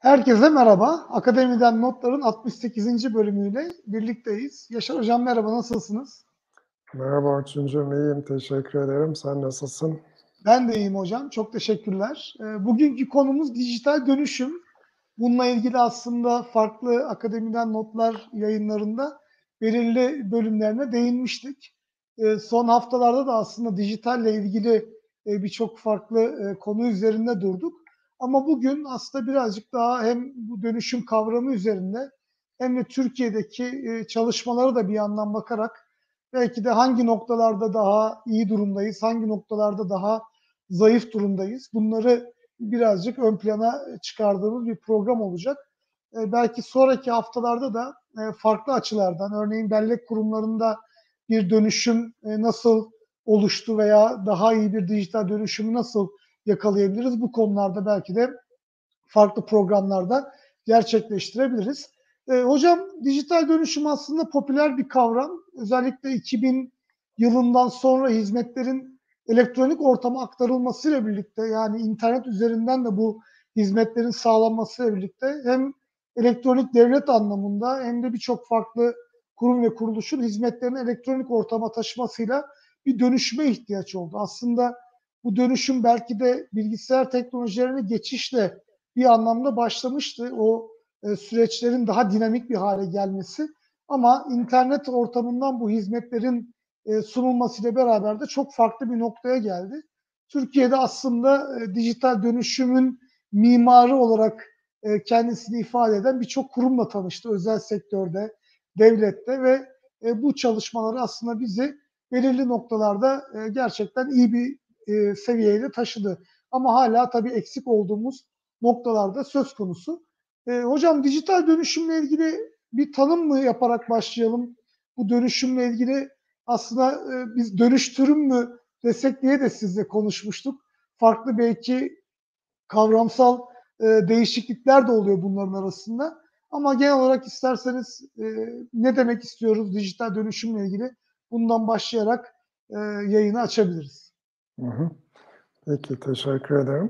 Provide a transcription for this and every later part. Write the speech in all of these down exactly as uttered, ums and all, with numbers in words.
Herkese merhaba. Akademiden Notlar'ın altmış sekizinci bölümüyle birlikteyiz. Yaşar Hocam merhaba, nasılsınız? Merhaba Orçuncuğum, iyiyim. Teşekkür ederim. Sen nasılsın? Ben de iyiyim hocam. Çok teşekkürler. Ee, Bugünkü konumuz dijital dönüşüm. Bununla ilgili aslında farklı Akademiden Notlar yayınlarında belirli bölümlerine değinmiştik. Ee, Son haftalarda da aslında dijitalle ilgili e, birçok farklı e, konu üzerinde durduk. Ama bugün aslında birazcık daha hem bu dönüşüm kavramı üzerinde hem de Türkiye'deki e, çalışmalara da bir yandan bakarak belki de hangi noktalarda daha iyi durumdayız, hangi noktalarda daha zayıf durumdayız. Bunları birazcık ön plana çıkardığımız bir program olacak. E, belki sonraki haftalarda da e, farklı açılardan, örneğin bellek kurumlarında bir dönüşüm e, nasıl oluştu veya daha iyi bir dijital dönüşümü nasıl yakalayabiliriz? Bu konularda belki de farklı programlarda gerçekleştirebiliriz. E, hocam dijital dönüşüm aslında popüler bir kavram. Özellikle iki bin yılından sonra hizmetlerin elektronik ortama aktarılmasıyla birlikte, yani internet üzerinden de bu hizmetlerin sağlanmasıyla birlikte hem elektronik devlet anlamında hem de birçok farklı kurum ve kuruluşun hizmetlerini elektronik ortama taşımasıyla bir dönüşüme ihtiyaç oldu. Aslında bu dönüşüm belki de bilgisayar teknolojilerine geçişle bir anlamda başlamıştı. O e, süreçlerin daha dinamik bir hale gelmesi. Ama internet ortamından bu hizmetlerin e, sunulmasıyla beraber de çok farklı bir noktaya geldi. Türkiye'de aslında e, dijital dönüşümün mimarı olarak e, kendisini ifade eden birçok kurumla tanıştı. Özel sektörde, devlette ve e, bu çalışmaları aslında bizi belirli noktalarda e, gerçekten iyi bir e, seviyeye taşıdı. Ama hala tabii eksik olduğumuz noktalarda söz konusu. E, hocam dijital dönüşümle ilgili bir tanım mı yaparak başlayalım? Bu dönüşümle ilgili aslında e, biz dönüştürüm mü desek diye de sizle konuşmuştuk. Farklı belki kavramsal e, değişiklikler de oluyor bunların arasında. Ama genel olarak isterseniz e, ne demek istiyoruz dijital dönüşümle ilgili bundan başlayarak e, yayını açabiliriz. Hı hı. Peki, teşekkür ederim.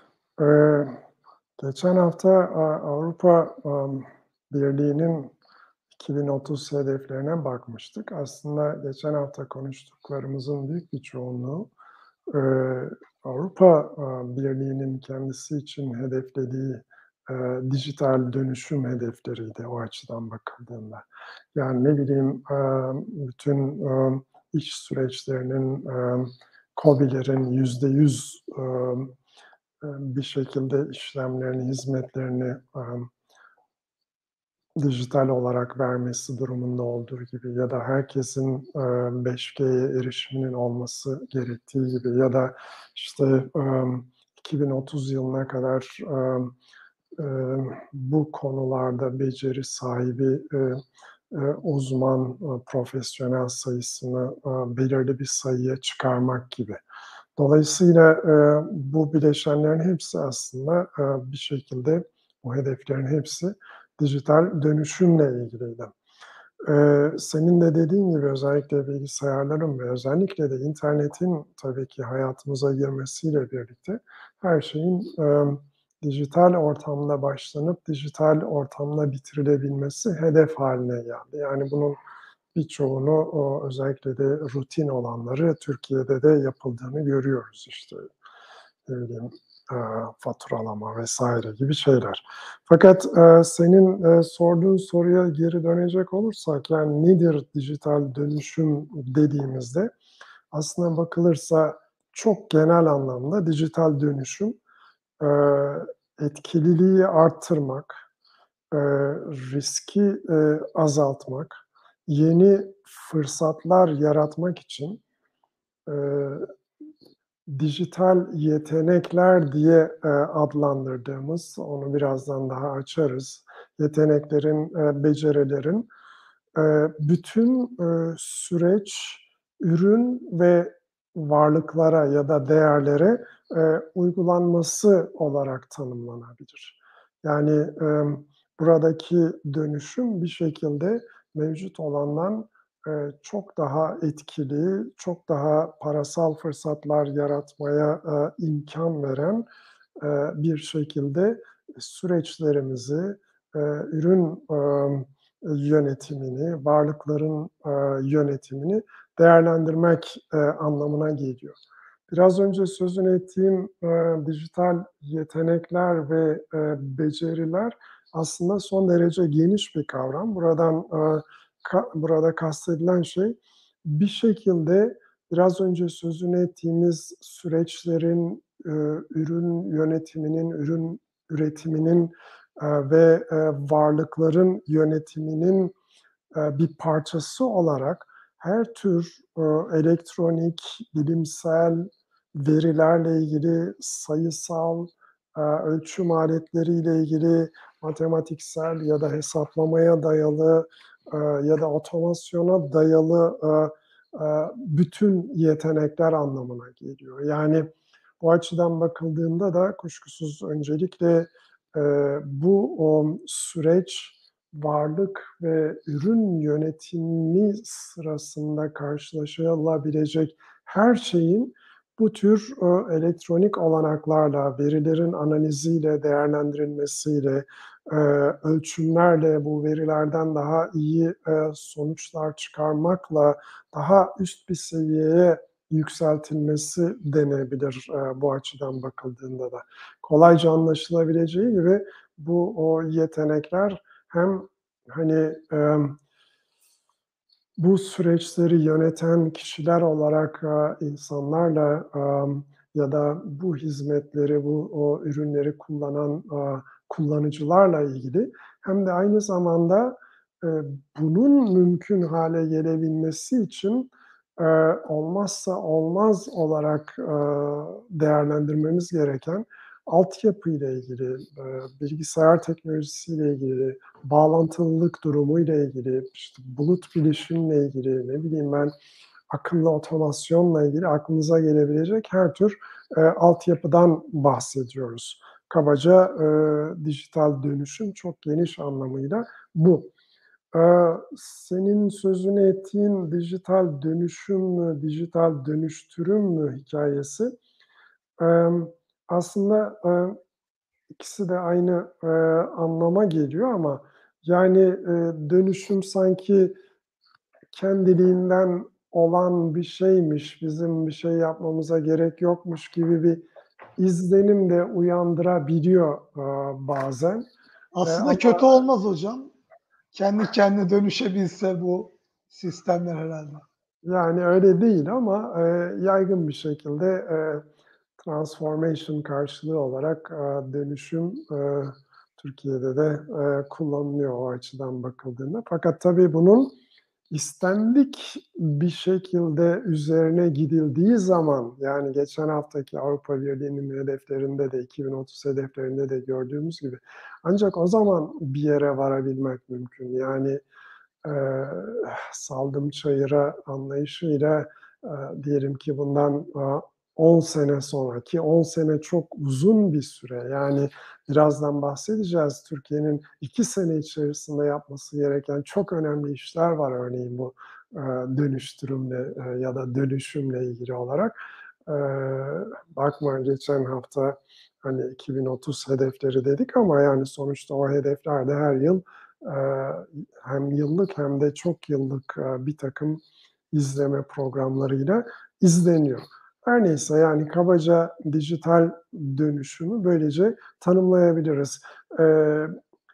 Ee, geçen hafta Avrupa Birliği'nin iki bin otuz hedeflerine bakmıştık. Aslında geçen hafta konuştuklarımızın büyük bir çoğunluğu e, Avrupa Birliği'nin kendisi için hedeflediği e, dijital dönüşüm hedefleriydi o açıdan bakıldığında. Yani ne bileyim e, bütün e, iş süreçlerinin, e, KOBİ'lerin yüzde yüz e, bir şekilde işlemlerini, hizmetlerini e, dijital olarak vermesi durumunda olduğu gibi ya da herkesin e, beş G'ye erişiminin olması gerektiği gibi ya da işte e, iki bin otuz yılına kadar e, e, bu konularda beceri sahibi e, e, uzman, e, profesyonel sayısını e, belirli bir sayıya çıkarmak gibi. Dolayısıyla e, bu bileşenlerin hepsi aslında e, bir şekilde bu hedeflerin hepsi dijital dönüşümle ilgiliydi. Ee, senin de dediğin gibi özellikle bilgisayarların ve özellikle de internetin tabii ki hayatımıza girmesiyle birlikte her şeyin e, dijital ortamda başlanıp dijital ortamda bitirilebilmesi hedef haline geldi. Yani bunun birçoğunu o özellikle de rutin olanları Türkiye'de de yapıldığını görüyoruz işte. Ne bileyim, e, faturalama vesaire gibi şeyler. Fakat e, senin e, sorduğun soruya geri dönecek olursak, yani nedir dijital dönüşüm dediğimizde aslına bakılırsa çok genel anlamda dijital dönüşüm e, etkililiği arttırmak, e, riski e, azaltmak, yeni fırsatlar yaratmak için e, dijital yetenekler diye e, adlandırdığımız, onu birazdan daha açarız, yeteneklerin, e, becerilerin e, bütün e, süreç, ürün ve varlıklara ya da değerlere e, uygulanması olarak tanımlanabilir. Yani e, buradaki dönüşüm bir şekilde mevcut olandan Eee, çok daha etkili, çok daha parasal fırsatlar yaratmaya, eee, imkân veren, eee, bir şekilde süreçlerimizi, eee, ürün, emm, yönetimini, varlıkların, eee, yönetimini değerlendirmek, eee, anlamına geliyor. Biraz önce sözünü ettiğim, eee, dijital yetenekler ve, eee, beceriler aslında son derece geniş bir kavram. Buradan, eee, ka burada kastedilen şey, bir şekilde biraz önce sözünü ettiğimiz süreçlerin, eee, ürün yönetiminin, ürün üretiminin, eee, ve, eee, varlıkların yönetiminin, eee, bir parçası olarak her tür, eee, elektronik, bilimsel, verilerle ilgili, sayısal, eee, ölçüm aletleriyle ilgili, matematiksel ya da hesaplamaya dayalı, eee, ya da otomasyona dayalı, eee, eee, bütün yetenekler anlamına geliyor. Yani bu açıdan bakıldığında da kuşkusuz öncelikle, eee, bu, omm, süreç, varlık ve ürün yönetimi sırasında karşılaşılabilecek her şeyin bu tür, eee, elektronik olanaklarla, verilerin analiziyle, değerlendirilmesiyle, eee, ölçümlerle, bu verilerden daha iyi, eee, sonuçlar çıkarmakla daha üst bir seviyeye yükseltilmesi denebilir, eee, bu açıdan bakıldığında da. Kolayca anlaşılabileceği gibi bu, o yetenekler hem, hani, emm bu süreçleri yöneten kişiler olarak, aaa, insanlarla, amm, ya da bu hizmetleri, bu o ürünleri kullanan, aaa, kullanıcılarla ilgili hem de aynı zamanda, eee, bunun mümkün hâle gelebilmesi için, eee, olmazsa olmaz olarak, aaa, değerlendirmemiz gereken altyapıyla ilgili, eee, bilgisayar teknolojisiyle ilgili, bağlantılılık durumuyla ilgili, işte, bulut bilişimle ilgili, ne bileyim ben, akıllı otomasyonla ilgili aklınıza gelebilecek her tür, eee, altyapıdan bahsediyoruz. Kabaca, eee, dijital dönüşüm çok geniş anlamıyla bu. Eee, senin sözünü ettiğin dijital dönüşüm mü, dijital dönüştürüm mü hikâyesi, emm, aslında, eee, ikisi de aynı, eee, anlama geliyor ama yani, eee, dönüşüm sanki kendiliğinden olan bir şeymiş, bizim bir şey yapmamıza gerek yokmuş gibi bir izlenim de uyandırabiliyor, aaa, bazen. Eee, Aslında ama kötü olmaz hocam. Kendi kendine dönüşebilse bu sistemler herhâlde. Yani öyle değil ama, eee, yaygın bir şekilde, eee, transformation karşılığı olarak, aaa, dönüşüm, eee, Türkiye'de de, eee, kullanılıyor o açıdan bakıldığında. Fakat tabii bunun istendik bir şekilde üzerine gidildiği zaman, yani geçen haftaki Avrupa Birliği'nin hedeflerinde de iki bin otuz hedeflerinde de gördüğümüz gibi ancak o zaman bir yere varabilmek mümkün. Yani, eee, saldım çayıra anlayışıyla, eee, diyelim ki bundan, aaa, on sene sonra ki on sene çok uzun bir süre, yani birazdan bahsedeceğiz. Türkiye'nin iki sene içerisinde yapması gereken çok önemli işler var örneğin bu, eee, dönüştürümle, eee, ya da dönüşümle ilgili olarak. Eee, bakma geçen hafta, hani, iki bin otuz hedefleri dedik ama yani sonuçta o hedefler de her yıl, eee, hem yıllık hem de çok yıllık, eee, birtakım izleme programlarıyla izleniyor. Her neyse, yani kabaca dijital dönüşümü böylece tanımlayabiliriz. Eee,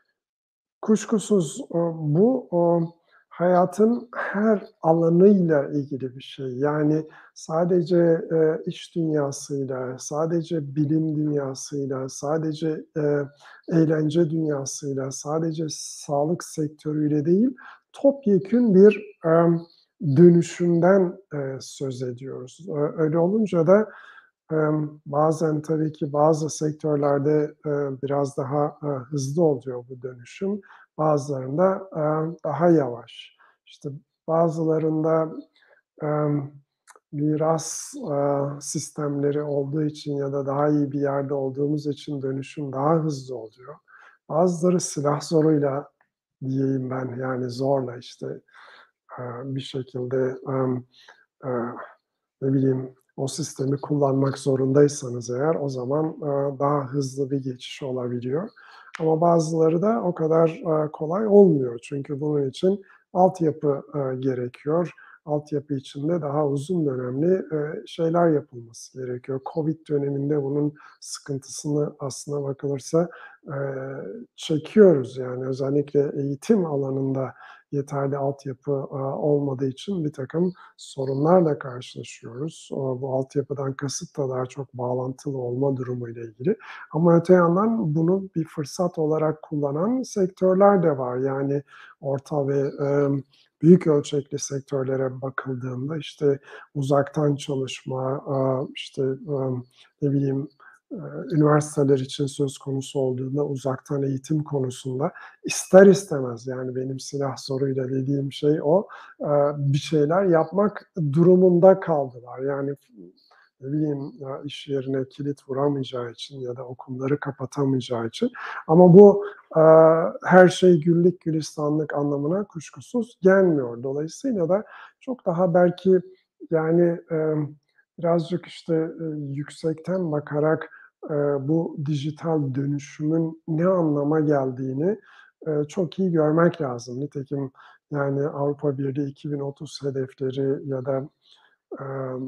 kuşkusuz, o bu, o hayatın her alanıyla ilgili bir şey. Yani sadece, eee, iş dünyasıyla, sadece bilim dünyasıyla, sadece, eee, eğlence dünyasıyla, sadece sağlık sektörüyle değil, topyekün bir, emm, dönüşümden, eee, söz ediyoruz. Eee, öyle olunca da, emm, bazen tabii ki bazı sektörlerde, eee, biraz daha, eee, hızlı oluyor bu dönüşüm, bazılarında, eee, daha yavaş. İşte, bazılarında, emm, miras, aaa, sistemleri olduğu için ya da daha iyi bir yerde olduğumuz için dönüşüm daha hızlı oluyor. Bazıları silah zoruyla diyeyim ben, yani zorla, işte, eee, bir şekilde, emm, eee, ne bileyim, o sistemi kullanmak zorundaysanız eğer o zaman e, daha hızlı bir geçiş olabiliyor. Ama bazıları da o kadar e, kolay olmuyor. Çünkü bunun için altyapı e, gerekiyor. Altyapı için de daha uzun dönemli e, şeyler yapılması gerekiyor. Covid döneminde bunun sıkıntısını aslına bakılırsa e, çekiyoruz. Yani özellikle eğitim alanında yeterli altyapı e, olmadığı için bir takım sorunlarla karşılaşıyoruz. O, bu altyapıdan kasıt da daha çok bağlantılı olma durumuyla ilgili. Ama öte yandan bunu bir fırsat olarak kullanan sektörler de var. Yani orta ve e, büyük ölçekli sektörlere bakıldığında işte uzaktan çalışma, e, işte e, ne bileyim e, üniversiteler için söz konusu olduğunda uzaktan eğitim konusunda ister istemez, yani benim silah soruyla dediğim şey o, e, bir şeyler yapmak durumunda kaldılar. Yani ne bileyim ya iş yerine kilit vuramayacağı için ya da okulları kapatamayacağı için. Ama bu e, her şey güllük gülistanlık anlamına kuşkusuz gelmiyor. Dolayısıyla da çok daha belki yani e, birazcık işte e, yüksekten bakarak e, bu dijital dönüşümün ne anlama geldiğini e, çok iyi görmek lazım. Nitekim yani Avrupa Birliği iki bin otuz hedefleri ya da e,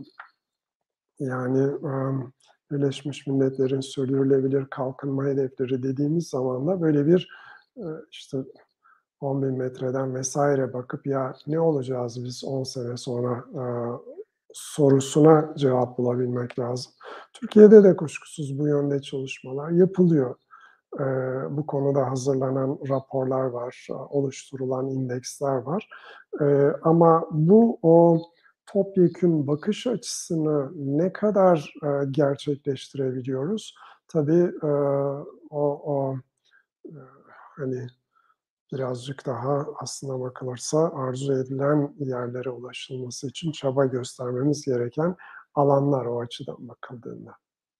yani um, Birleşmiş Milletler'in sürdürülebilir kalkınma hedefleri dediğimiz zaman da böyle bir e, işte on bin metreden vesaire bakıp ya ne olacağız biz on sene sonra e, sorusuna cevap bulabilmek lazım. Türkiye'de de kuşkusuz bu yönde çalışmalar yapılıyor. E, bu konuda hazırlanan raporlar var, oluşturulan indeksler var. E, ama bu o topyekün bakış açısını ne kadar e, gerçekleştirebiliyoruz? Tabii e, o, o e, hani birazcık daha aslına bakılırsa arzu edilen yerlere ulaşılması için çaba göstermemiz gereken alanlar o açıdan bakıldığında.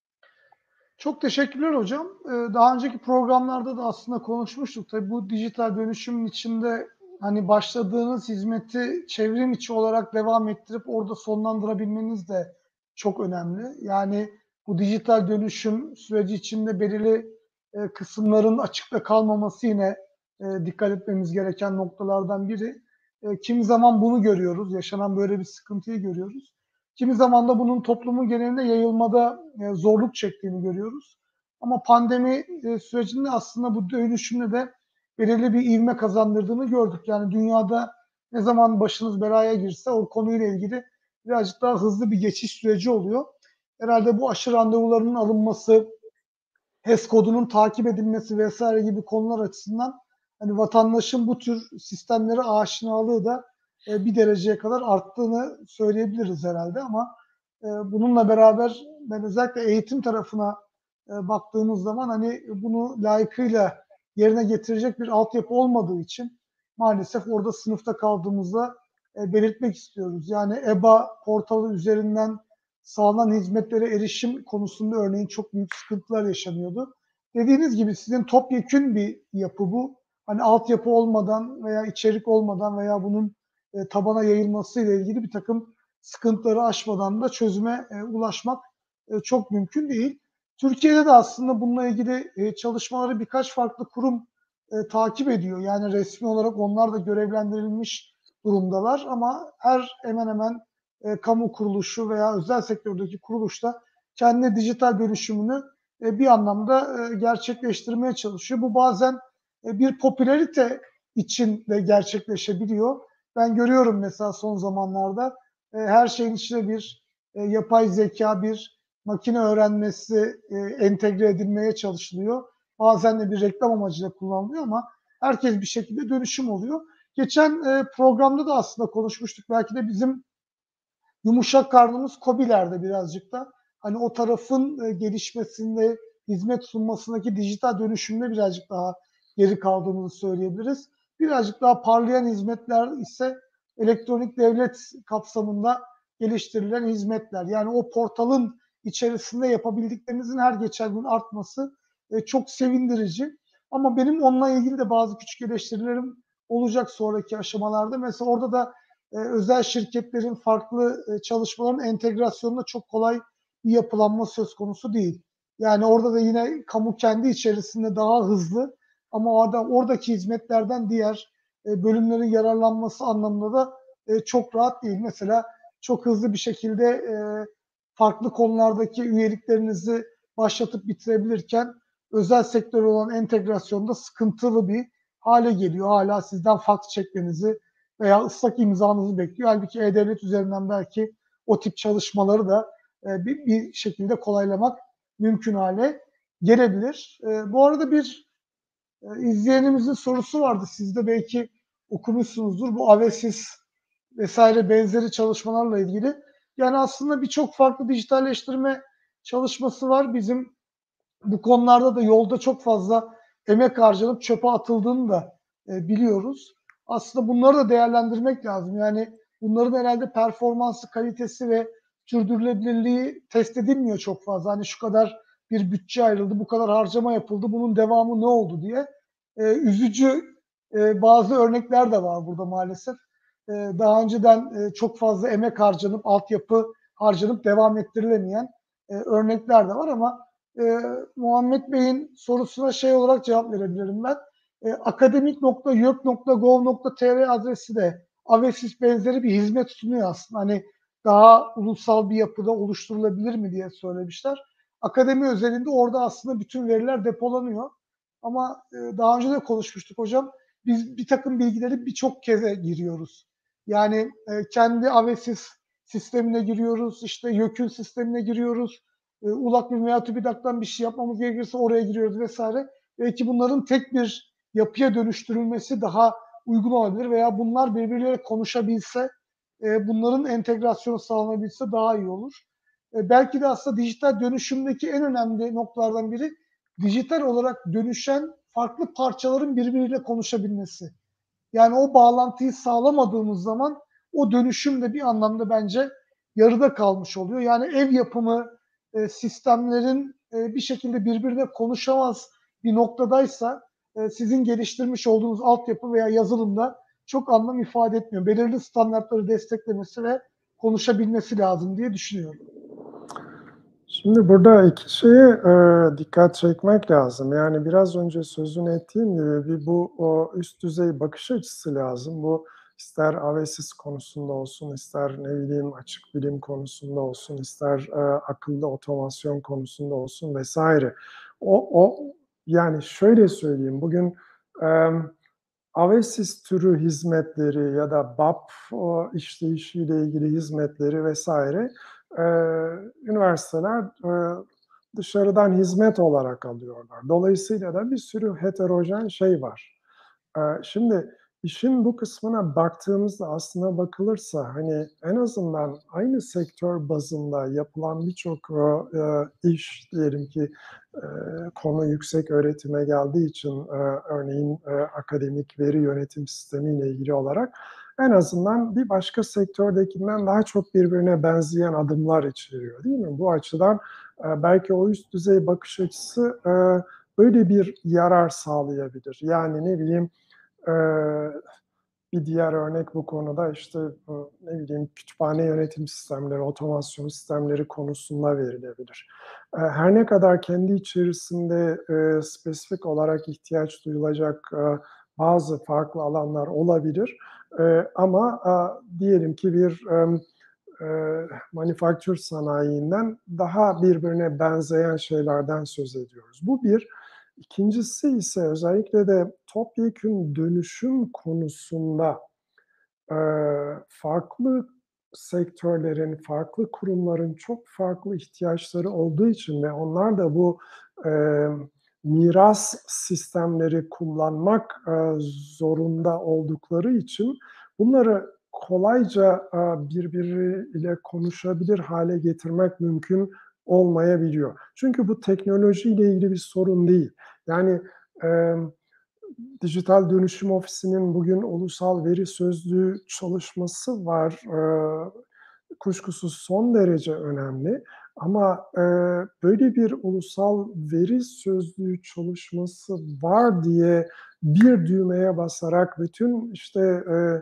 Çok teşekkürler hocam. Ee, Daha önceki programlarda da aslında konuşmuştuk. Tabii bu dijital dönüşümün içinde hani başladığınız hizmeti çevrim içi olarak devam ettirip orada sonlandırabilmeniz de çok önemli. Yani bu dijital dönüşüm süreci içinde belirli e, kısımların açıkta kalmaması yine e, dikkat etmemiz gereken noktalardan biri. E, kimi zaman bunu görüyoruz, yaşanan böyle bir sıkıntıyı görüyoruz. Kimi zaman da bunun toplumun genelinde yayılmada e, zorluk çektiğini görüyoruz. Ama pandemi e, sürecinde aslında bu dönüşümle de belirli bir ivme kazandırdığını gördük. Yani dünyada ne zaman başınız belaya girse o konuyla ilgili birazcık daha hızlı bir geçiş süreci oluyor. Herhalde bu aşı randevularının alınması, H E S kodunun takip edilmesi vesaire gibi konular açısından hani vatandaşın bu tür sistemlere aşinalığı da e, bir dereceye kadar arttığını söyleyebiliriz herhalde ama e, bununla beraber ben özellikle eğitim tarafına e, baktığımız zaman hani bunu layıkıyla yerine getirecek bir altyapı olmadığı için maalesef orada sınıfta kaldığımızda e, belirtmek istiyoruz. Yani E B A portalı üzerinden sağlanan hizmetlere erişim konusunda örneğin çok büyük sıkıntılar yaşanıyordu. Dediğiniz gibi sizin topyekün bir yapı bu. Hani altyapı olmadan veya içerik olmadan veya bunun e, tabana yayılması ile ilgili bir takım sıkıntıları aşmadan da çözüme e, ulaşmak e, çok mümkün değil. Türkiye'de de aslında bununla ilgili e, çalışmaları birkaç farklı kurum e, takip ediyor. Yani resmi olarak onlar da görevlendirilmiş durumdalar ama her hemen hemen e, kamu kuruluşu veya özel sektördeki kuruluş da kendi dijital dönüşümünü e, bir anlamda e, gerçekleştirmeye çalışıyor. Bu bazen e, bir popülarite için de gerçekleşebiliyor. Ben görüyorum mesela son zamanlarda e, her şeyin içine bir e, yapay zeka, bir makine öğrenmesi e, entegre edilmeye çalışılıyor. Bazen de bir reklam amacıyla kullanılıyor ama herkes bir şekilde dönüşüm oluyor. Geçen e, programda da aslında konuşmuştuk. Belki de bizim yumuşak karnımız KOBİ'lerde birazcık da. Hani o tarafın e, gelişmesinde, hizmet sunmasındaki dijital dönüşümde birazcık daha geri kaldığımızı söyleyebiliriz. Birazcık daha parlayan hizmetler ise elektronik devlet kapsamında geliştirilen hizmetler. Yani o portalın içerisinde yapabildiklerinizin her geçen gün artması e, çok sevindirici. Ama benim onunla ilgili de bazı küçük eleştirilerim olacak sonraki aşamalarda. Mesela orada da e, özel şirketlerin farklı e, çalışmaların entegrasyonunda çok kolay bir yapılanma söz konusu değil. Yani orada da yine kamu kendi içerisinde daha hızlı ama orada, oradaki hizmetlerden diğer e, bölümlerin yararlanması anlamında da e, çok rahat değil. Mesela çok hızlı bir şekilde e, farklı konulardaki üyeliklerinizi başlatıp bitirebilirken özel sektör olan entegrasyonda sıkıntılı bir hale geliyor. Hala sizden faks çekmenizi veya ıslak imzanızı bekliyor. Halbuki E-Devlet üzerinden belki o tip çalışmaları da e, bir, bir şekilde kolaylamak mümkün hale gelebilir. E, bu arada bir e, izleyenimizin sorusu vardı. Siz de belki okumuşsunuzdur. Bu Avesis vesaire benzeri çalışmalarla ilgili. Yani aslında birçok farklı dijitalleştirme çalışması var. Bizim bu konularda da yolda çok fazla emek harcanıp çöpe atıldığını da e, biliyoruz. Aslında bunları da değerlendirmek lazım. Yani bunların herhalde performansı, kalitesi ve sürdürülebilirliği test edilmiyor çok fazla. Hani şu kadar bir bütçe ayrıldı, bu kadar harcama yapıldı, bunun devamı ne oldu diye. E, üzücü e, bazı örnekler de var burada maalesef. E, daha önceden e, çok fazla emek harcanıp, altyapı harcanıp devam ettirilemeyen e, örnekler de var ama e, Muhammed Bey'in sorusuna şey olarak cevap verebilirim ben. E, akademik nokta yök nokta gov nokta tr adresi de Avesis benzeri bir hizmet sunuyor aslında. Hani daha ulusal bir yapıda oluşturulabilir mi diye söylemişler. Akademi özelinde orada aslında bütün veriler depolanıyor. Ama e, daha önce de konuşmuştuk hocam. Biz bir takım bilgileri birçok keze giriyoruz. Yani e, kendi Avesis sistemine giriyoruz, işte YÖK'ün sistemine giriyoruz, e, ULAK'ın veya TÜBİTAK'tan bir şey yapmamız gerekirse oraya giriyoruz vesaire. Belki bunların tek bir yapıya dönüştürülmesi daha uygun olabilir veya bunlar birbirleriyle konuşabilse, e, bunların entegrasyonu sağlanabilse daha iyi olur. E, belki de aslında dijital dönüşümdeki en önemli noktalardan biri dijital olarak dönüşen farklı parçaların birbiriyle konuşabilmesi. Yani o bağlantıyı sağlamadığımız zaman o dönüşüm de bir anlamda bence yarıda kalmış oluyor. Yani ev yapımı e, sistemlerin e, bir şekilde birbirine konuşamaz bir noktadaysa e, sizin geliştirmiş olduğunuz altyapı veya yazılımda çok anlam ifade etmiyor. Belirli standartları desteklemesi ve konuşabilmesi lazım diye düşünüyorum. Şimdi burada iki şeye e, dikkat çekmek lazım. Yani biraz önce sözünü ettiğim gibi bir bu o üst düzey bakış açısı lazım. Bu ister Avesis konusunda olsun, ister ne bileyim açık bilim konusunda olsun, ister e, akıllı otomasyon konusunda olsun vesaire. O, o yani şöyle söyleyeyim, bugün e, Avesis türü hizmetleri ya da B A P o işleyişiyle ilgili hizmetleri vesaire e, üniversiteler e, dışarıdan hizmet olarak alıyorlar. Dolayısıyla da bir sürü heterojen şey var. E, şimdi işin bu kısmına baktığımızda aslına bakılırsa hani en azından aynı sektör bazında yapılan birçok e, iş diyelim ki e, konu yüksek öğretime geldiği için e, örneğin e, akademik veri yönetim sistemiyle ilgili olarak en azından bir başka sektördekinden daha çok birbirine benzeyen adımlar içeriyor değil mi? Bu açıdan e, belki o üst düzey bakış açısı e, böyle bir yarar sağlayabilir. Yani ne bileyim e, bir diğer örnek bu konuda işte ne bileyim kütüphane yönetim sistemleri, otomasyon sistemleri konusunda verilebilir. Her ne kadar kendi içerisinde e, spesifik olarak ihtiyaç duyulacak e, bazı farklı alanlar olabilir e, ama e, diyelim ki bir e, e, manufaktur sanayinden daha birbirine benzeyen şeylerden söz ediyoruz. Bu bir. İkincisi ise özellikle de topyekün dönüşüm konusunda e, farklı sektörlerin, farklı kurumların çok farklı ihtiyaçları olduğu için ve onlar da bu e, miras sistemleri kullanmak e, zorunda oldukları için bunları kolayca e, birbiriyle konuşabilir hale getirmek mümkün olmayabiliyor. Çünkü bu teknolojiyle ilgili bir sorun değil. Yani e, Dijital Dönüşüm Ofisi'nin bugün ulusal veri sözlüğü çalışması var. E, kuşkusuz son derece önemli. Ama e, böyle bir ulusal veri sözlüğü çalışması var diye bir düğmeye basarak bütün işte e,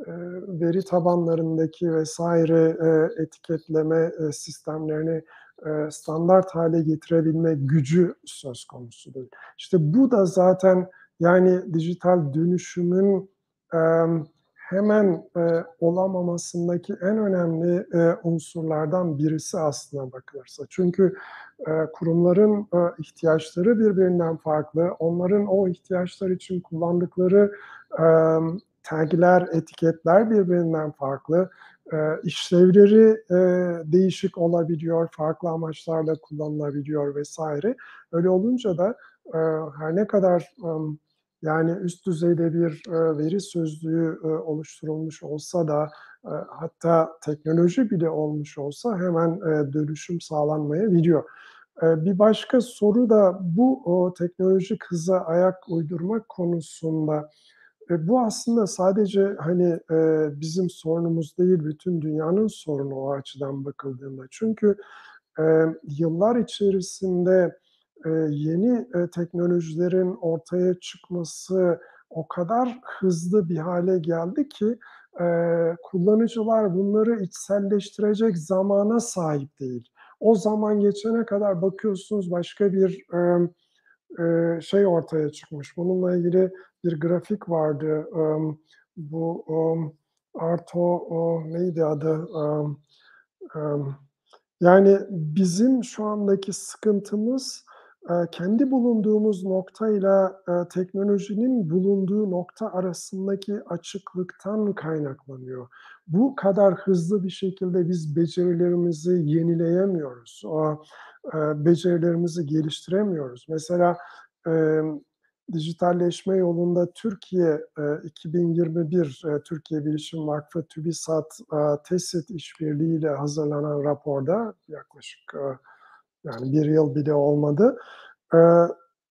veri tabanlarındaki vesaire eee, etiketleme, eee, sistemlerini, eee, standart hale getirebilme gücü söz konusu değil. İşte bu da zaten, yani, dijital dönüşümün, emm, hemen, eee, olamamasındaki en önemli, eee, unsurlardan birisi aslına bakılırsa. Çünkü, eee, kurumların, eee, ihtiyaçları birbirinden farklı. Onların o ihtiyaçlar için kullandıkları, emm, tag'ler, etiketler birbirinden farklı. Eee, işlevleri, eee, değişik olabiliyor, farklı amaçlarla kullanılabiliyor vesaire. Öyle olunca da, eee, her ne kadar, ımm, yani, üst düzeyde bir, eee, veri sözlüğü, eee, oluşturulmuş olsa da, eee, hatta teknoloji bile olmuş olsa hemen, eee, dönüşüm sağlanmayabiliyor. Eee, bir başka soru da bu, o teknolojik hıza ayak uydurmak konusunda. E, bu aslında sadece, hani, eee, bizim sorunumuz değil, bütün dünyanın sorunu o açıdan bakıldığında. Çünkü, eee, yıllar içerisinde, eee, yeni, eee, teknolojilerin ortaya çıkması o kadar hızlı bir hale geldi ki, eee, kullanıcılar bunları içselleştirecek zamana sahip değil. O zaman geçene kadar bakıyorsunuz başka bir, emm, eee, şey ortaya çıkmış. Bununla ilgili bir grafik vardı. Emm, bu, emm, Arto, o neydi adı? Emm, emm, yani, bizim şu andaki sıkıntımız, eee, kendi bulunduğumuz noktayla, eee, teknolojinin bulunduğu nokta arasındaki açıklıktan kaynaklanıyor. Bu kadar hızlı bir şekilde biz becerilerimizi yenileyemiyoruz. O, eee, becerilerimizi geliştiremiyoruz. Mesela, emm, dijitalleşme yolunda Türkiye, eee, iki bin yirmi bir, eee, Türkiye Bilişim Vakfı, TÜBİSAD, aaa, TESİT işbirliğiyle hazırlanan raporda yaklaşık, eee, yani bir yıl bile olmadı. Eee,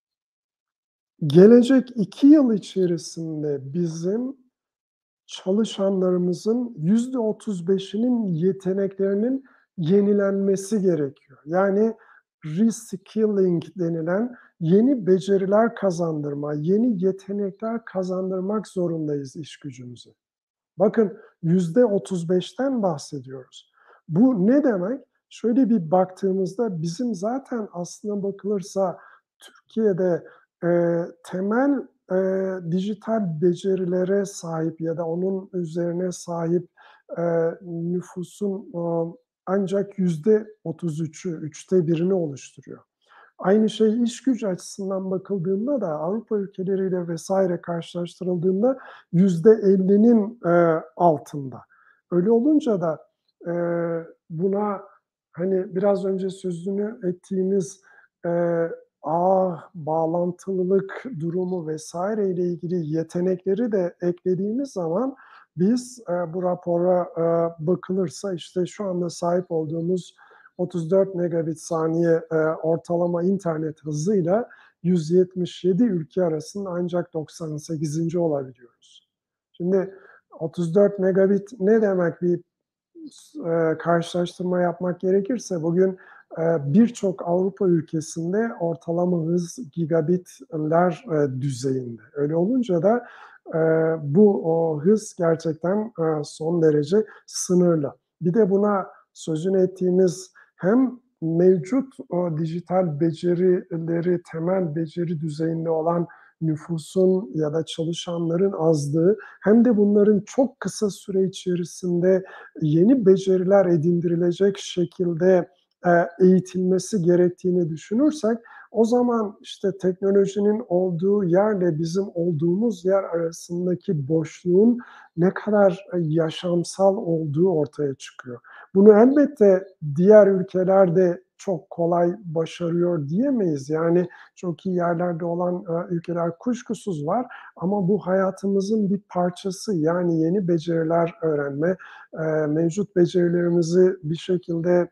gelecek iki yıl içerisinde bizim çalışanlarımızın yüzde otuz beşinin yeteneklerinin yenilenmesi gerekiyor. Yani reskilling denilen yeni beceriler kazandırma, yeni yetenekler kazandırmak zorundayız işgücümüze. Bakın yüzde otuz beşten bahsediyoruz. Bu ne demek? Şöyle bir baktığımızda bizim zaten aslına bakılırsa Türkiye'de, eee, temel, eee, dijital becerilere sahip ya da onun üzerine sahip, eee, nüfusun, ımm, ancak yüzde otuz üçü, üçte birini oluşturuyor. Aynı şey iş gücü açısından bakıldığında da Avrupa ülkeleriyle vesaire karşılaştırıldığında yüzde ellinin eee, altında. Öyle olunca da eee, buna, hani, biraz önce sözünü ettiğimiz, eee, ağ bağlantılılık durumu vesaire ile ilgili yetenekleri de eklediğimiz zaman biz, eee, bu rapora, eee, bakılırsa, işte, şu anda sahip olduğumuz otuz dört megabit saniye eee, ortalama internet hızıyla yüz yetmiş yedi ülke arasında ancak doksan sekizinci olabiliyoruz. Şimdi otuz dört megabit ne demek? Bir eee, karşılaştırma yapmak gerekirse bugün eee, birçok Avrupa ülkesinde ortalama hız gigabitler eee, düzeyinde. Öyle olunca da eee, bu o hız gerçekten eee, son derece sınırlı. Bir de buna sözünü ettiğimiz hem mevcut o dijital becerileri, temel beceri düzeyinde olan nüfusun ya da çalışanların azlığı hem de bunların çok kısa süre içerisinde yeni beceriler edindirilecek şekilde, eee, eğitilmesi gerektiğini düşünürsek o zaman, işte, teknolojinin olduğu yerle bizim olduğumuz yer arasındaki boşluğun ne kadar, eee, yaşamsal olduğu ortaya çıkıyor. Bunu elbette diğer ülkeler de çok kolay başarıyor diyemeyiz. Yani çok iyi yerlerde olan, eee, ülkeler kuşkusuz var ama bu hayatımızın bir parçası. Yani yeni beceriler öğrenme, eee, mevcut becerilerimizi bir şekilde,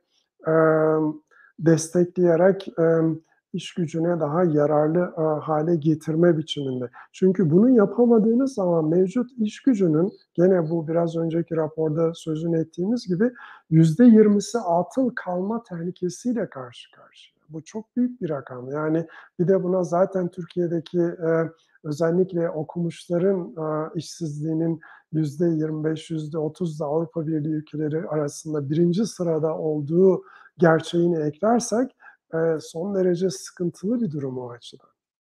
emm, destekleyerek, emm, iş gücüne daha yararlı, aaa, hâle getirme biçiminde. Çünkü bunu yapamadığınız zaman mevcut iş gücünün, gene bu biraz önceki raporda sözünü ettiğimiz gibi yüzde yirmisi atıl kalma tehlikesiyle karşı karşıya. Bu çok büyük bir rakam. Yani bir de buna zaten Türkiye'deki, eee, özellikle okumuşların e, işsizliğinin yüzde yirmi beş, yüzde otuz da Avrupa Birliği ülkeleri arasında birinci sırada olduğu gerçeğini eklersek e, son derece sıkıntılı bir durum o açıdan.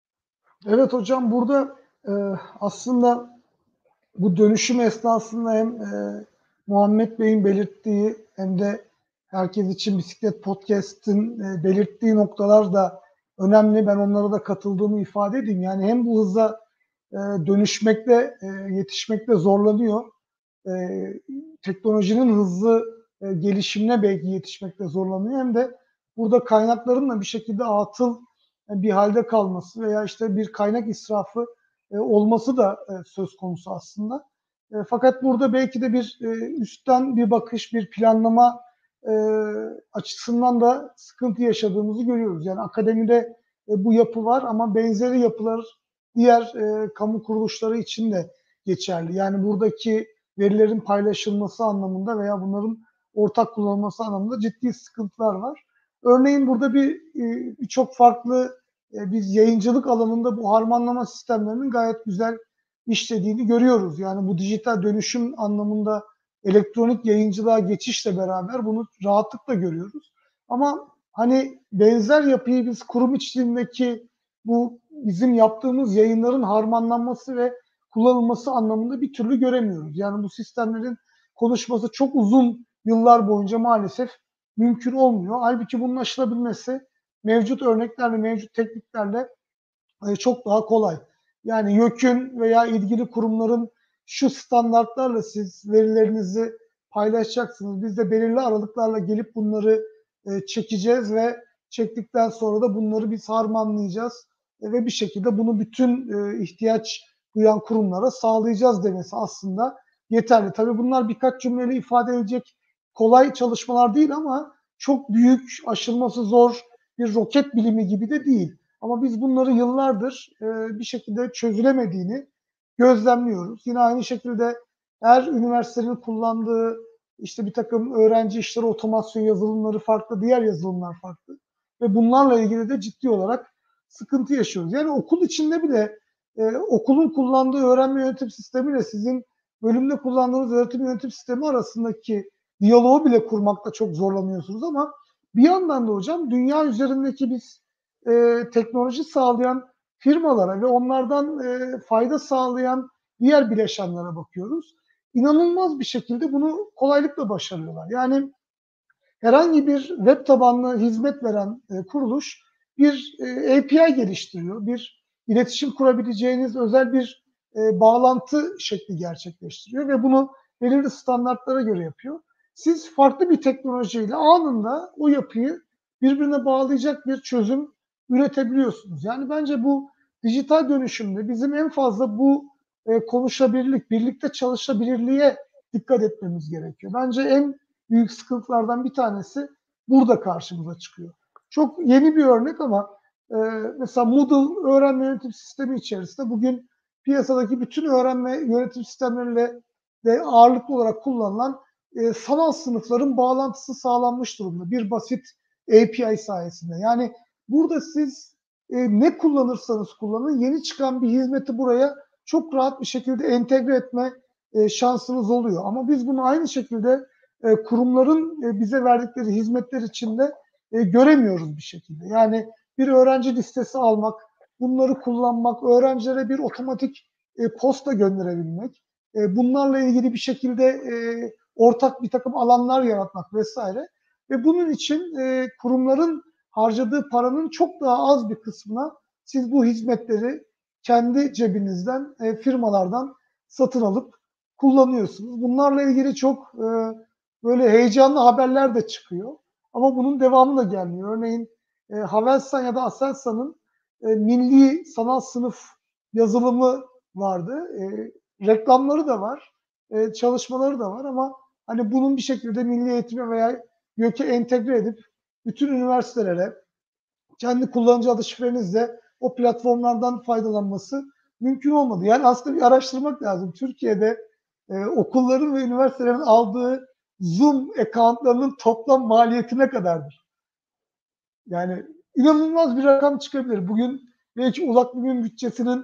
Evet hocam, burada e, aslında bu dönüşüm esnasında hem e, Muhammed Bey'in belirttiği hem de herkes için Bisiklet Podcast'in e, belirttiği noktalar da önemli. Ben onlara da katıldığımı ifade edeyim. Yani hem bu hıza e, dönüşmekte, e, yetişmekte zorlanıyor. E, Teknolojinin hızlı e, gelişimine belki yetişmekte zorlanıyor. Hem de burada kaynakların da bir şekilde atıl e, bir halde kalması veya işte bir kaynak israfı e, olması da e, söz konusu aslında. E, fakat burada belki de bir e, üstten bir bakış, bir planlama e, açısından da sıkıntı yaşadığımızı görüyoruz. Yani akademide e, bu yapı var ama benzeri yapılar diğer e, kamu kuruluşları için de geçerli. Yani buradaki verilerin paylaşılması anlamında veya bunların ortak kullanılması anlamında ciddi sıkıntılar var. Örneğin burada bir e, birçok farklı e, biz yayıncılık alanında bu harmanlama sistemlerinin gayet güzel işlediğini görüyoruz. Yani bu dijital dönüşüm anlamında elektronik yayıncılığa geçişle beraber bunu rahatlıkla görüyoruz. Ama hani benzer yapıyı biz kurum içindeki bu bizim yaptığımız yayınların harmanlanması ve kullanılması anlamında bir türlü göremiyoruz. Yani bu sistemlerin konuşması çok uzun yıllar boyunca maalesef mümkün olmuyor. Halbuki bunun aşılabilmesi mevcut örneklerle, mevcut tekniklerle e, çok daha kolay. Yani YÖK'ün veya ilgili kurumların şu standartlarla siz verilerinizi paylaşacaksınız. Biz de belirli aralıklarla gelip bunları e, çekeceğiz ve çektikten sonra da bunları biz harmanlayacağız e, ve bir şekilde bunu bütün e, ihtiyaç duyan kurumlara sağlayacağız demesi aslında yeterli. Tabii bunlar birkaç cümleyle ifade edilecek kolay çalışmalar değil ama çok büyük, aşılması zor bir roket bilimi gibi de değil. Ama biz bunları yıllardır e, bir şekilde çözülemediğini gözlemliyoruz. Yine aynı şekilde her üniversitenin kullandığı işte bir takım öğrenci işleri otomasyon yazılımları farklı, diğer yazılımlar farklı. Ve bunlarla ilgili de ciddi olarak sıkıntı yaşıyoruz. Yani okul içinde bile e, okulun kullandığı öğrenme yönetim sistemiyle sizin bölümde kullandığınız öğretim yönetim sistemi arasındaki diyaloğu bile kurmakta çok zorlanıyorsunuz ama bir yandan da hocam dünya üzerindeki biz e, teknoloji sağlayan firmalara ve onlardan e, fayda sağlayan diğer bileşenlere bakıyoruz. İnanılmaz bir şekilde bunu kolaylıkla başarıyorlar. Yani herhangi bir web tabanlı hizmet veren e, kuruluş bir e, A P I geliştiriyor. Bir iletişim kurabileceğiniz özel bir e, bağlantı şekli gerçekleştiriyor ve bunu belirli standartlara göre yapıyor. Siz farklı bir teknolojiyle anında o yapıyı birbirine bağlayacak bir çözüm üretebiliyorsunuz. Yani bence bu dijital dönüşümde bizim en fazla bu e, konuşabilirlik, birlikte çalışabilirliğe dikkat etmemiz gerekiyor. Bence en büyük sıkıntılardan bir tanesi burada karşımıza çıkıyor. Çok yeni bir örnek ama e, mesela Moodle öğrenme yönetim sistemi içerisinde bugün piyasadaki bütün öğrenme yönetim sistemleriyle de ağırlıklı olarak kullanılan e, sanal sınıfların bağlantısı sağlanmış durumda. Bir basit A P I sayesinde. Yani burada siz e, ne kullanırsanız kullanın yeni çıkan bir hizmeti buraya çok rahat bir şekilde entegre etme e, şansınız oluyor. Ama biz bunu aynı şekilde e, kurumların e, bize verdikleri hizmetler içinde e, göremiyoruz bir şekilde. Yani bir öğrenci listesi almak, bunları kullanmak, öğrencilere bir otomatik e, posta gönderebilmek, e, bunlarla ilgili bir şekilde e, ortak bir takım alanlar yaratmak vesaire. Ve bunun için e, kurumların harcadığı paranın çok daha az bir kısmına siz bu hizmetleri kendi cebinizden, e, firmalardan satın alıp kullanıyorsunuz. Bunlarla ilgili çok e, böyle heyecanlı haberler de çıkıyor. Ama bunun devamı da gelmiyor. Örneğin e, Havelsan ya da Aselsan'ın e, milli sanal sınıf yazılımı vardı. E, reklamları da var. E, çalışmaları da var ama hani bunun bir şekilde milli eğitime veya YÖK'e entegre edip bütün üniversitelere kendi kullanıcı adı şifrenizle o platformlardan faydalanması mümkün olmadı. Yani aslında bir araştırmak lazım. Türkiye'de e, okulların ve üniversitelerin aldığı Zoom accountlarının toplam maliyeti ne kadardır? Yani inanılmaz bir rakam çıkabilir. Bugün belki Ulak Bugün bütçesinin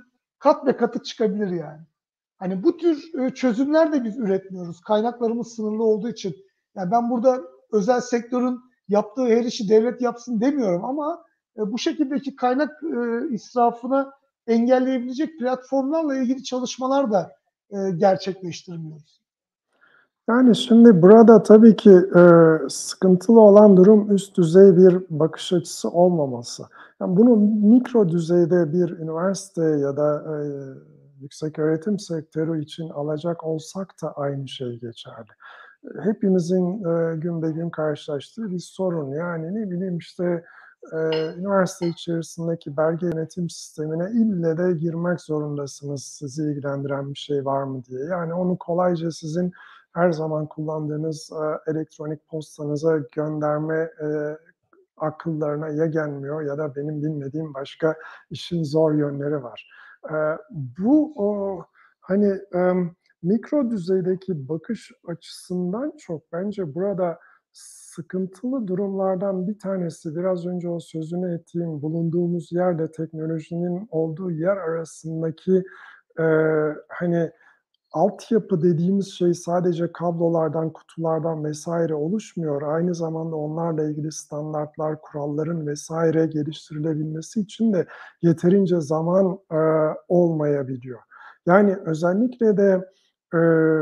kat be katı çıkabilir yani. Hani bu tür e, çözümler de biz üretmiyoruz. Kaynaklarımız sınırlı olduğu için. Yani ben burada özel sektörün yaptığı her işi devlet yapsın demiyorum ama e, bu şekildeki kaynak e, israfını engelleyebilecek platformlarla ilgili çalışmalar da e, gerçekleştirmiyoruz. Yani şimdi burada tabii ki e, sıkıntılı olan durum üst düzey bir bakış açısı olmaması. Yani bunu mikro düzeyde bir üniversite ya da e, yüksek öğretim sektörü için alacak olsak da aynı şey geçerli. Hepimizin e, gün be gün karşılaştığı bir sorun. Yani ne bileyim işte e, üniversite içerisindeki belge yönetim sistemine ille de girmek zorundasınız sizi ilgilendiren bir şey var mı diye. Yani onu kolayca sizin her zaman kullandığınız e, elektronik postanıza gönderme e, akıllarına ya gelmiyor ya da benim bilmediğim başka işin zor yönleri var. E, bu o hani e, mikro düzeydeki bakış açısından çok bence burada sıkıntılı durumlardan bir tanesi biraz önce o sözünü ettiğim bulunduğumuz yerle teknolojinin olduğu yer arasındaki e, hani altyapı dediğimiz şey sadece kablolardan, kutulardan vesaire oluşmuyor. Aynı zamanda onlarla ilgili standartlar, kuralların vesaire geliştirilebilmesi için de yeterince zaman e, olmayabiliyor. Yani özellikle de e,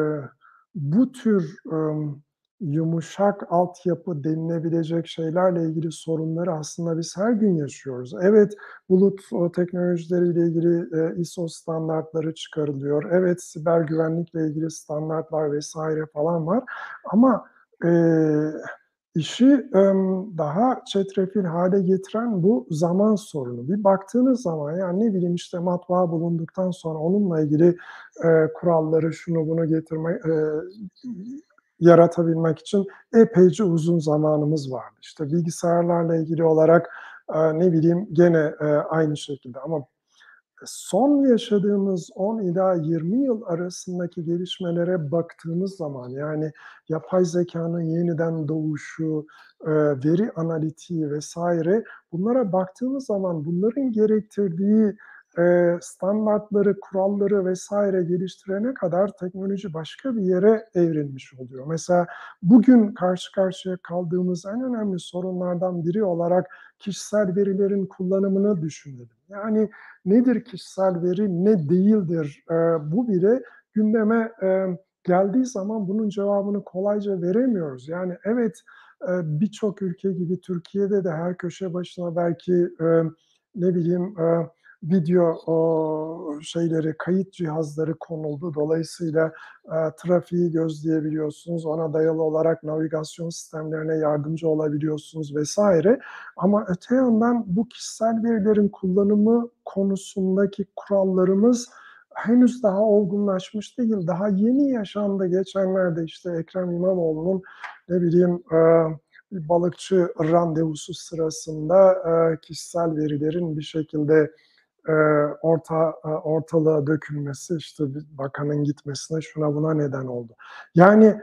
bu tür e, yumuşak altyapı denilebilecek şeylerle ilgili sorunları aslında biz her gün yaşıyoruz. Evet, bulut o teknolojileriyle ilgili e, I S O standartları çıkarılıyor. Evet, siber güvenlikle ilgili standartlar vesaire falan var. Ama e, işi e, daha çetrefil hale getiren bu zaman sorunu. Bir baktığınız zaman yani ne bileyim işte matbaa bulunduktan sonra onunla ilgili e, kuralları şunu bunu getirme e, yaratabilmek için epeyce uzun zamanımız vardı. İşte bilgisayarlarla ilgili olarak e, ne bileyim gene e, aynı şekilde ama son yaşadığımız on ila yirmi yıl arasındaki gelişmelere baktığımız zaman yani yapay zekanın yeniden doğuşu, e, veri analitiği vesaire bunlara baktığımız zaman bunların gerektirdiği e, standartları, kuralları vesaire geliştirene kadar teknoloji başka bir yere evrilmiş oluyor. Mesela bugün karşı karşıya kaldığımız en önemli sorunlardan biri olarak kişisel verilerin kullanımını düşünelim. Yani nedir kişisel veri, ne değildir? E, bu bile gündeme e, geldiği zaman bunun cevabını kolayca veremiyoruz. Yani evet e, birçok ülke gibi Türkiye'de de her köşe başına belki e, ne bileyim e, video o, şeyleri, kayıt cihazları konuldu. Dolayısıyla e, trafiği gözleyebiliyorsunuz. Ona dayalı olarak navigasyon sistemlerine yardımcı olabiliyorsunuz vesaire. Ama öte yandan bu kişisel verilerin kullanımı konusundaki kurallarımız henüz daha olgunlaşmış değil. Daha yeni yaşandı. Geçenlerde işte Ekrem İmamoğlu'nun ne bileyim bir balıkçı randevusu sırasında kişisel verilerin bir şekilde orta ortalığa dökülmesi, işte bir bakanın gitmesine şuna buna neden oldu. Yani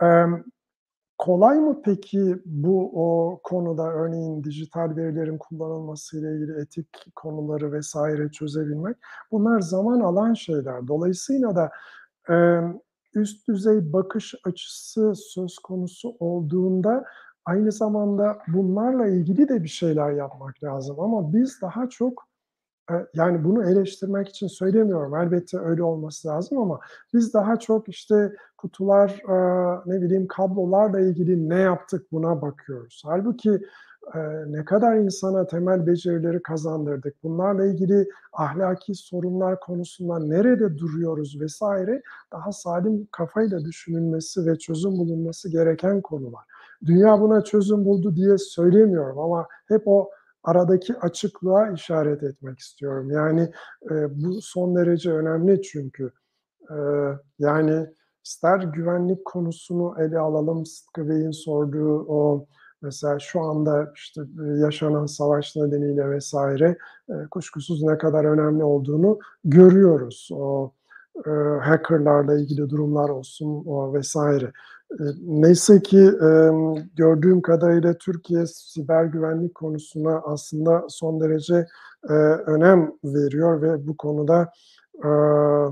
kolay mı peki bu o konuda örneğin dijital verilerin kullanılmasıyla ilgili etik konuları vesaire çözebilmek? Bunlar zaman alan şeyler. Dolayısıyla da e, üst düzey bakış açısı söz konusu olduğunda aynı zamanda bunlarla ilgili de bir şeyler yapmak lazım. Ama biz daha çok yani bunu eleştirmek için söylemiyorum. Elbette öyle olması lazım ama biz daha çok işte kutular, ne bileyim kablolarla ilgili ne yaptık buna bakıyoruz. Halbuki ne kadar insana temel becerileri kazandırdık. Bunlarla ilgili ahlaki sorunlar konusunda nerede duruyoruz vesaire daha salim kafayla düşünülmesi ve çözüm bulunması gereken konular. Dünya buna çözüm buldu diye söylemiyorum ama hep o aradaki açıklığa işaret etmek istiyorum. Yani e, bu son derece önemli çünkü. E, yani ister güvenlik konusunu ele alalım, Sıtkı Bey'in sorduğu o mesela şu anda işte yaşanan savaş nedeniyle vesaire e, kuşkusuz ne kadar önemli olduğunu görüyoruz. O e, hackerlarla ilgili durumlar olsun o vesaire. E, neyse ki e, gördüğüm kadarıyla Türkiye siber güvenlik konusuna aslında son derece e, önem veriyor ve bu konuda Eee,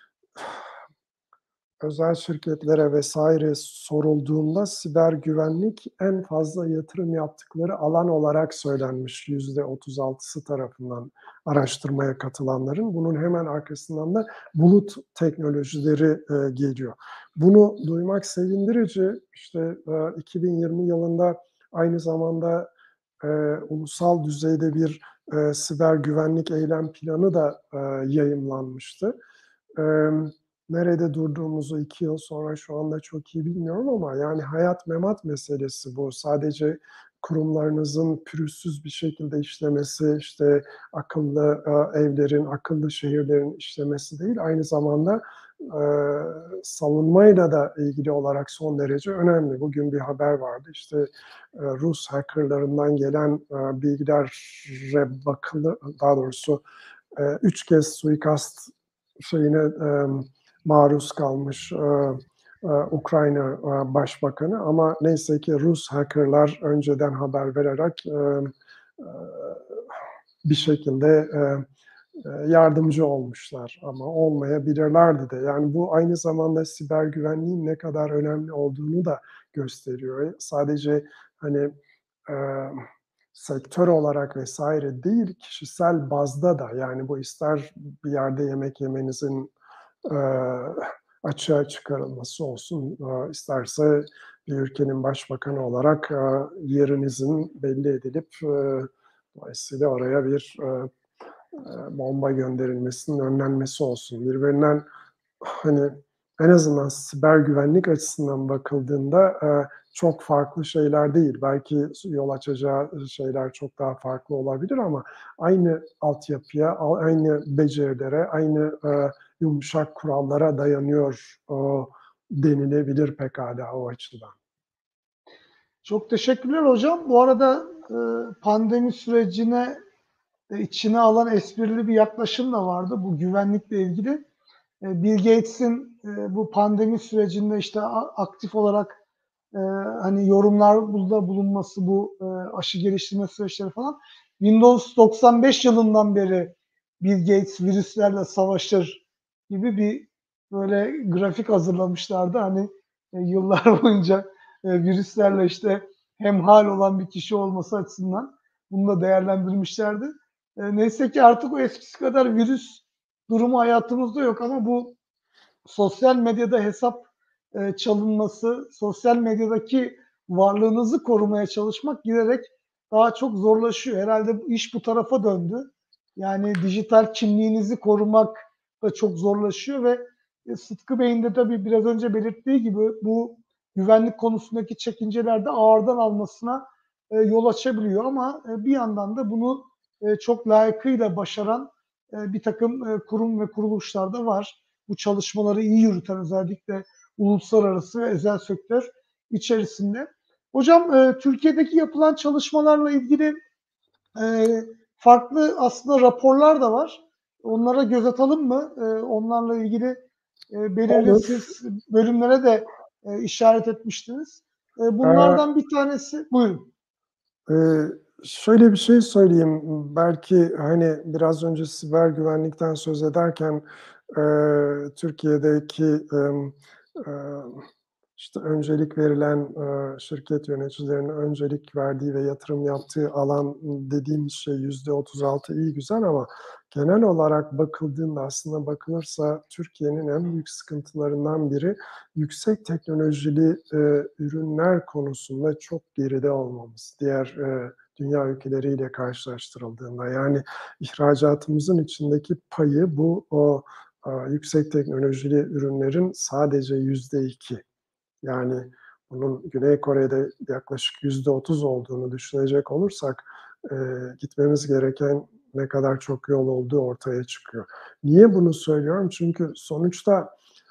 özel şirketlere vesaire sorulduğunda siber güvenlik en fazla yatırım yaptıkları alan olarak söylenmiş yüzde otuz altısı tarafından araştırmaya katılanların. Bunun hemen arkasından da bulut teknolojileri, eee, geliyor. Bunu duymak sevindirici. İşte, eee, iki bin yirmi yılında aynı zamanda, eee, ulusal düzeyde bir, eee, siber güvenlik eylem planı da, eee, yayımlanmıştı. Emm, nerede durduğumuzu iki yıl sonra şu anda çok iyi bilmiyorum ama yani hayat memat meselesi bu. Sadece kurumlarınızın pürüzsüz bir şekilde işlemesi, işte akıllı, eee, evlerin, akıllı şehirlerin işlemesi değil, aynı zamanda, eee, savunmayla da ilgili olarak son derece önemli. Bugün bir haber vardı, işte, eee, Rus hacker'larından gelen, eee, bilgilere bakılı daha doğrusu, eee, üç kez suikast şeyine, emm, maruz kalmış, eee, eee, Ukrayna, eee, Başbakanı ama neyse ki Rus hacker'lar önceden haber vererek, emm, eee, bir şekilde, eee, eee, yardımcı olmuşlar ama olmayabilirlerdi de. Yani bu aynı zamanda siber güvenliğin ne kadar önemli olduğunu da gösteriyor. Sadece, hani, emm, sektör olarak vesaire değil, kişisel bazda da yani bu ister bir yerde yemek yemenizin, eee, açığa çıkarılması olsun, eee, isterse bir ülkenin başbakanı olarak, eee, yerinizin belli edilip, eee, dolayısıyla oraya bir, eee, eee, bomba gönderilmesinin önlenmesi olsun. Birbirinden, hani, en azından siber güvenlik açısından bakıldığında, eee, çok farklı şeyler değil. Belki yol açacağı şeyler çok daha farklı olabilir ama aynı altyapıya, a aynı becerilere, aynı, eee, yumuşak kurallara dayanıyor, ooo, denilebilir pekâlâ o açıdan. Çok teşekkürler hocam. Bu arada, eee, pandemi sürecine, eee, içine alan esprili bir yaklaşım da vardı bu güvenlikle ilgili. Eee, Bill Gates'in, eee, bu pandemi sürecinde, işte, a aktif olarak, eee, hani, yorumlarda bulunması, bu, eee, aşı geliştirme süreçleri falan. Windows doksan beş yılından beri Bill Gates virüslerle savaşır gibi bir, böyle, grafik hazırlamışlardı. Hani, eee, yıllar boyunca, eee, virüslerle, işte, hemhâl olan bir kişi olması açısından bunu da değerlendirmişlerdi. Eee, neyse ki artık o eskisi kadar virüs durumu hayatımızda yok ama bu sosyal medyada hesap, eee, çalınması, sosyal medyadaki varlığınızı korumaya çalışmak giderek daha çok zorlaşıyor. Herhâlde bu iş bu tarafa döndü. Yani dijital kimliğinizi korumak da çok zorlaşıyor ve, eee, Sıtkı Bey'in de tabii biraz önce belirttiği gibi bu güvenlik konusundaki çekinceler de ağırdan almasına, eee, yol açabiliyor ama, eee, bir yandan da bunu, eee, çok layıkıyla başaran, eee, birtakım, eee, kurum ve kuruluşlar da var. Bu çalışmaları iyi yürüten özellikle uluslararası ve özel sektör içerisinde. Hocam, eee, Türkiye'deki yapılan çalışmalarla ilgili, eee, farklı aslında raporlar da var. Onlara göz atalım mı? Eee, onlarla ilgili, eee, belirli Olur. siz bölümlere de, eee, işaret etmiştiniz. Eee, Eee bunlardan bir tanesi Buyurun. Eee, şöyle bir şey söyleyeyim, belki, hani, biraz önce siber güvenlikten söz ederken, eee, Türkiye'deki, emm, eee, işte, öncelik verilen, eee, şirket yöneticilerinin öncelik verdiği ve yatırım yaptığı alan dediğimiz şey yüzde otuz altı iyi güzel ama genel olarak bakıldığında, aslına bakılırsa Türkiye'nin en büyük sıkıntılarından biri yüksek teknolojili, eee, ürünler konusunda çok geride olmamız. Diğer, eee, dünya ülkeleriyle karşılaştırıldığında. Yani ihracatımızın içindeki payı bu, o, aaa, yüksek teknolojili ürünlerin sadece yüzde iki. Yani bunun Güney Kore'de yaklaşık yüzde otuz olduğunu düşünecek olursak, eee, gitmemiz gereken ne kadar çok yol olduğu ortaya çıkıyor. Niye bunu söylüyorum? Çünkü sonuçta,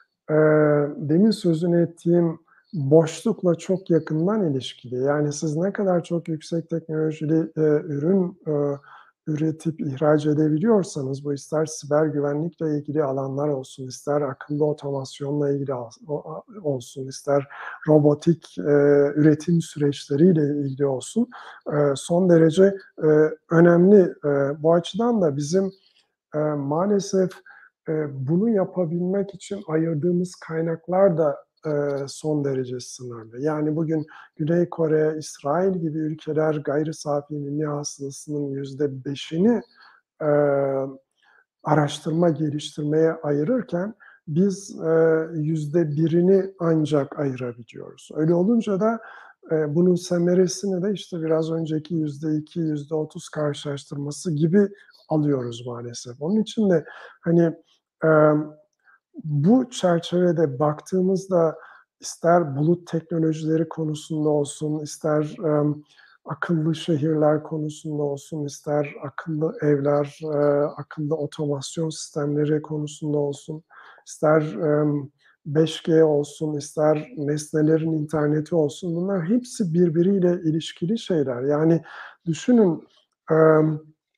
eee, demin sözünü ettiğim boşlukla çok yakından ilişkili. Yani siz ne kadar çok yüksek teknolojili, eee, ürün, eee, üretip ihraç edebiliyorsanız, bu ister siber güvenlikle ilgili alanlar olsun, ister akıllı otomasyonla ilgili as o a olsun, ister robotik, eee, üretim süreçleriyle ilgili olsun, eee, son derece, eee, önemli. Eee, bu açıdan da bizim, eee, maalesef eee, bunu yapabilmek için ayırdığımız kaynaklar da, eee, son derece sınırlı. Yani bugün Güney Kore, İsrail gibi ülkeler gayri safi milli hasılasının yüzde beşini eee, araştırma geliştirmeye ayırırken biz eee, yüzde birini ancak ayırabiliyoruz. Öyle olunca da eee, bunun semeresini de işte biraz önceki yüzde iki, yüzde otuz karşılaştırması gibi alıyoruz maalesef. Onun için de hani emm, bu çerçevede baktığımızda ister bulut teknolojileri konusunda olsun, ister emm, akıllı şehirler konusunda olsun, ister akıllı evler, eee, akıllı otomasyon sistemleri konusunda olsun, ister emm, beş G olsun, ister nesnelerin interneti olsun, bunlar hepsi birbiriyle ilişkili şeyler. Yani düşünün, emm,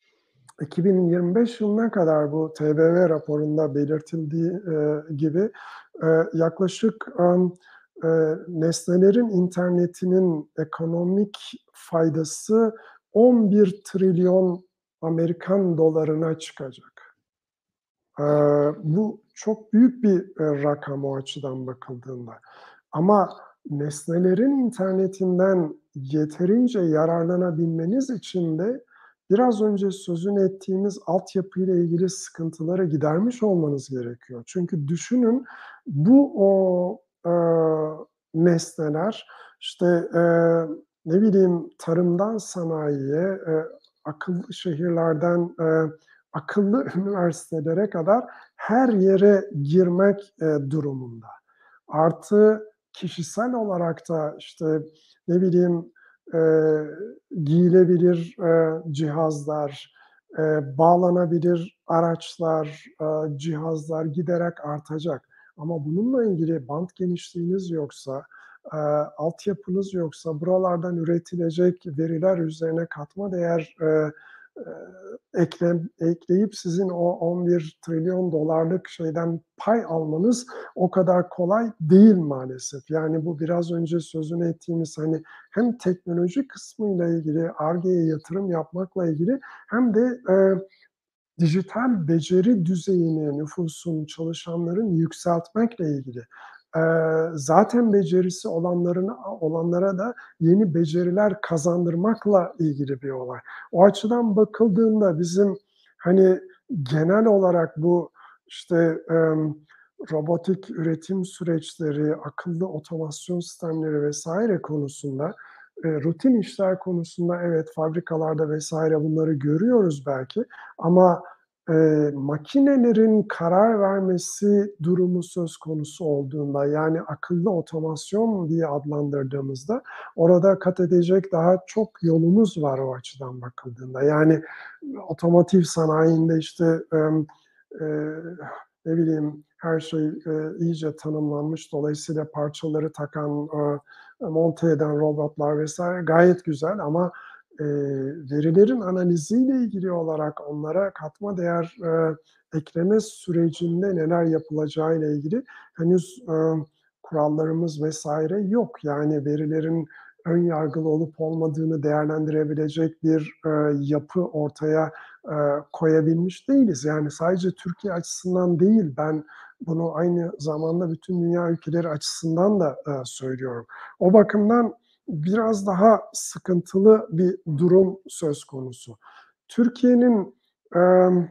iki bin yirmi beş yılına kadar bu T B V raporunda belirtildiği eee, gibi eee, yaklaşık emm, eee, nesnelerin internetinin ekonomik faydası on bir trilyon Amerikan dolarına çıkacak. Eee, bu çok büyük bir, eee, rakam o açıdan bakıldığında. Ama nesnelerin internetinden yeterince yararlanabilmeniz için de biraz önce sözünü ettiğimiz altyapıyla ilgili sıkıntıları gidermiş olmanız gerekiyor. Çünkü düşünün bu o, eee, nesneler, işte, eee, ne bileyim, tarımdan sanayiye, eee, akıllı şehirlerden, eee, akıllı üniversitelere kadar her yere girmek, eee, durumunda. Artı kişisel olarak da, işte, ne bileyim, eee, giyilebilir, eee, cihazlar, eee, bağlanabilir araçlar, eee, cihazlar giderek artacak. Ama bununla ilgili bant genişliğiniz yoksa, eee, altyapınız yoksa buralardan üretilecek veriler üzerine katma değer, eee, eee, eklem ekleyip sizin o on bir trilyon dolarlık şeyden pay almanız o kadar kolay değil maalesef. Yani bu biraz önce sözünü ettiğimiz, hani, hem teknoloji kısmıyla ilgili, Ar-Ge'ye yatırım yapmakla ilgili hem de, eee, dijital beceri düzeyini nüfusun, çalışanların yükseltmekle ilgili. Eee, zaten becerisi olanların olanlara da yeni beceriler kazandırmakla ilgili bir olay. O açıdan bakıldığında bizim, hani, genel olarak bu, işte, emm, robotik üretim süreçleri, akıllı otomasyon sistemleri vesaire konusunda, eee, rutin işler konusunda evet, fabrikalarda vesaire bunları görüyoruz belki ama, eee, makinelerin karar vermesi durumu söz konusu olduğunda, yani akıllı otomasyon diye adlandırdığımızda orada kat edecek daha çok yolumuz var o açıdan bakıldığında. Yani otomotiv sanayinde, işte, emm, eee, ne bileyim, her şey, eee, iyice tanımlanmış. Dolayısıyla parçaları takan, eee, monte eden robotlar vesaire gayet güzel ama, eee, verilerin analiziyle ilgili olarak onlara katma değer, eee, ekleme sürecinde neler yapılacağıyla ilgili henüz, eee, kurallarımız vesaire yok. Yani verilerin ön yargılı olup olmadığını değerlendirebilecek bir, eee, yapı ortaya, eee, koyabilmiş değiliz. Yani sadece Türkiye açısından değil, ben bunu aynı zamanda bütün dünya ülkeleri açısından da, eee, söylüyorum. O bakımdan biraz daha sıkıntılı bir durum söz konusu. Türkiye'nin, emm,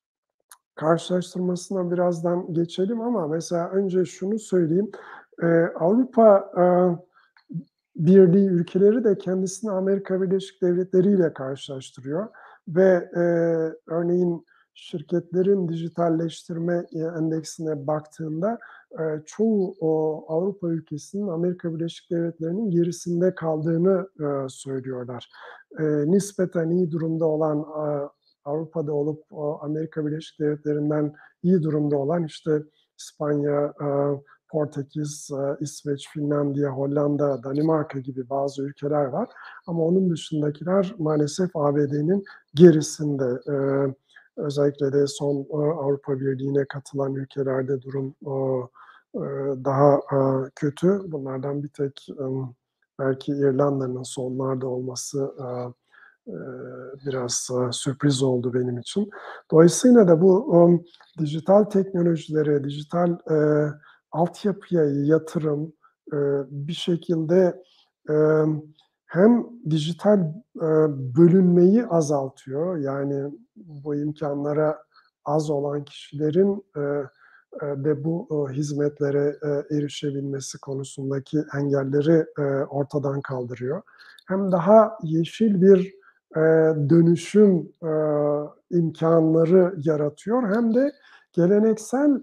karşılaştırmasına birazdan geçelim ama mesela önce şunu söyleyeyim. Eee, Avrupa, eee, Birliği ülkeleri de kendisini Amerika Birleşik Devletleri ile karşılaştırıyor ve, eee, örneğin şirketlerin dijitalleştirme, eee, endeksine baktığında, eee, çoğu o Avrupa ülkesinin Amerika Birleşik Devletleri'nin gerisinde kaldığını, eee, söylüyorlar. Eee, nispeten iyi durumda olan, aaa, Avrupa'da olup o Amerika Birleşik Devletleri'nden iyi durumda olan, işte, İspanya, aaa, Portekiz, eee, İsveç, Finlandiya, Hollanda, Danimarka gibi bazı ülkeler var ama onun dışındakiler maalesef A B D'nin gerisinde. Eee, özellikle de son, eee, Avrupa Birliği'ne katılan ülkelerde durum, ooo, eee, daha, aaa, kötü. Bunlardan bir tek, ımm, belki İrlanda'nın sonlarda olması, aaa, biraz sürpriz oldu benim için. Dolayısıyla da bu um, dijital teknolojilere, dijital e, altyapıya yatırım e, bir şekilde e, hem dijital e, bölünmeyi azaltıyor. Yani bu imkanlara az olan kişilerin e, de bu hizmetlere erişebilmesi konusundaki engelleri ortadan kaldırıyor. Hem daha yeşil bir dönüşüm imkanları yaratıyor, hem de geleneksel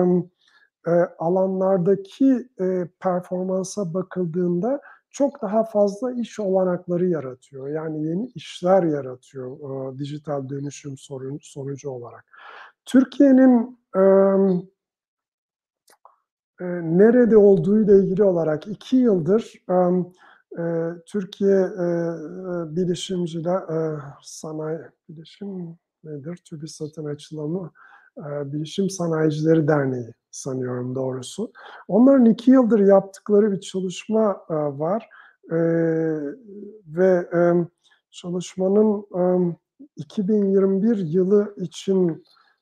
alanlardaki performansa bakıldığında çok daha fazla iş olanakları yaratıyor. Yani yeni işler yaratıyor dijital dönüşüm sonucu olarak. Türkiye'nin nerede olduğuyla ilgili olarak iki yıldır Türkiye Bilişimciler Sanayi Bilişim nedir? TÜBİSAD'ın açılımı Bilişim Sanayicileri Derneği sanıyorum doğrusu. Onların iki yıldır yaptıkları bir çalışma var ve çalışmanın iki bin yirmi bir yılı için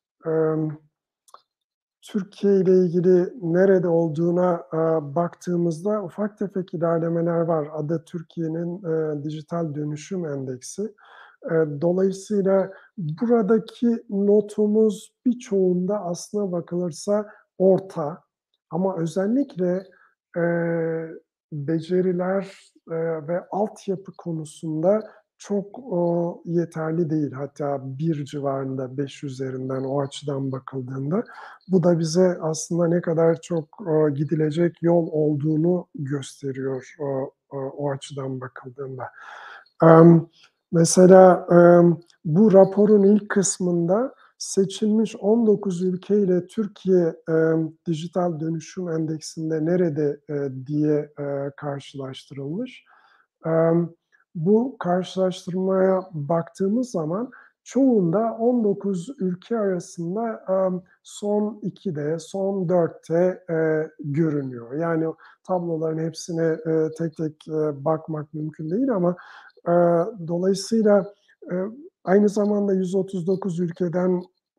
Türkiye ile ilgili nerede olduğuna baktığımızda ufak tefek ilerlemeler var. Adı Türkiye'nin Dijital Dönüşüm Endeksi. Dolayısıyla buradaki notumuz birçoğunda aslına bakılırsa orta. Ama özellikle beceriler ve altyapı konusunda çok o, yeterli değil. Hatta bir civarında, beş üzerinden o açıdan bakıldığında. Bu da bize aslında ne kadar çok o, gidilecek yol olduğunu gösteriyor o, o, o açıdan bakıldığında. Um, mesela um, bu raporun ilk kısmında seçilmiş on dokuz ülkeyle Türkiye um, Dijital Dönüşüm Endeksinde nerede uh, diye uh, karşılaştırılmış. Um, Bu karşılaştırmaya baktığımız zaman çoğunda on dokuz ülke arasında son ikide, son dörtte görünüyor. Yani tabloların hepsine tek tek bakmak mümkün değil ama dolayısıyla aynı zamanda yüz otuz dokuz ülkeden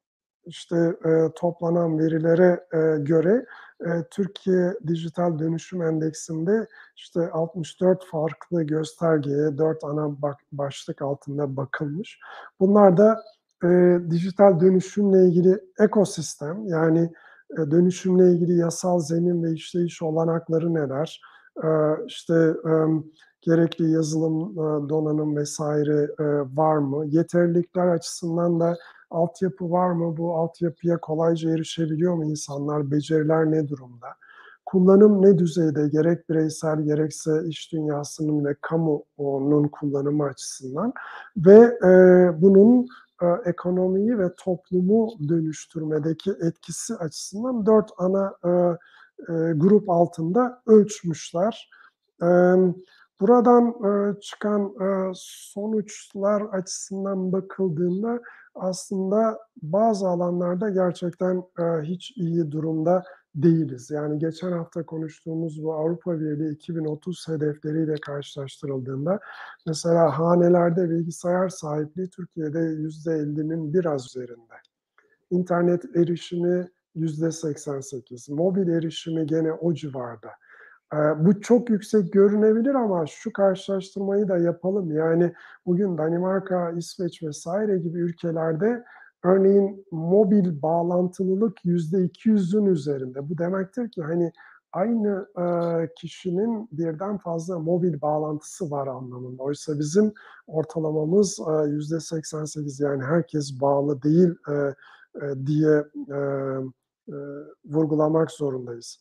işte toplanan verilere göre Türkiye Dijital Dönüşüm Endeksinde işte altmış dört farklı göstergeye dört ana başlık altında bakılmış. Bunlar da e, dijital dönüşümle ilgili ekosistem, yani e, dönüşümle ilgili yasal zemin ve işleyiş olanakları neler, e, işte e, gerekli yazılım, e, donanım vesaire e, var mı, yeterlilikler açısından da altyapı var mı? Bu altyapıya kolayca erişebiliyor mu insanlar? Beceriler ne durumda? Kullanım ne düzeyde? Gerek bireysel gerekse iş dünyasının ve kamunun kullanımı açısından ve e, bunun e, ekonomiyi ve toplumu dönüştürmedeki etkisi açısından dört ana e, e, grup altında ölçmüşler. E, buradan e, çıkan e, sonuçlar açısından bakıldığında aslında bazı alanlarda gerçekten e, hiç iyi durumda değiliz. Yani geçen hafta konuştuğumuz bu Avrupa Birliği iki bin otuz hedefleriyle karşılaştırıldığında mesela hanelerde bilgisayar sahipliği Türkiye'de yüzde ellinin biraz üzerinde. İnternet erişimi yüzde seksen sekiz. Mobil erişimi gene o civarda. Bu çok yüksek görünebilir ama şu karşılaştırmayı da yapalım. Yani bugün Danimarka, İsveç vesaire gibi ülkelerde örneğin mobil bağlantılılık yüzde iki yüzün üzerinde. Bu demektir ki hani aynı kişinin birden fazla mobil bağlantısı var anlamında. Oysa bizim ortalamamız yüzde seksen sekiz, yani herkes bağlı değil diye vurgulamak zorundayız.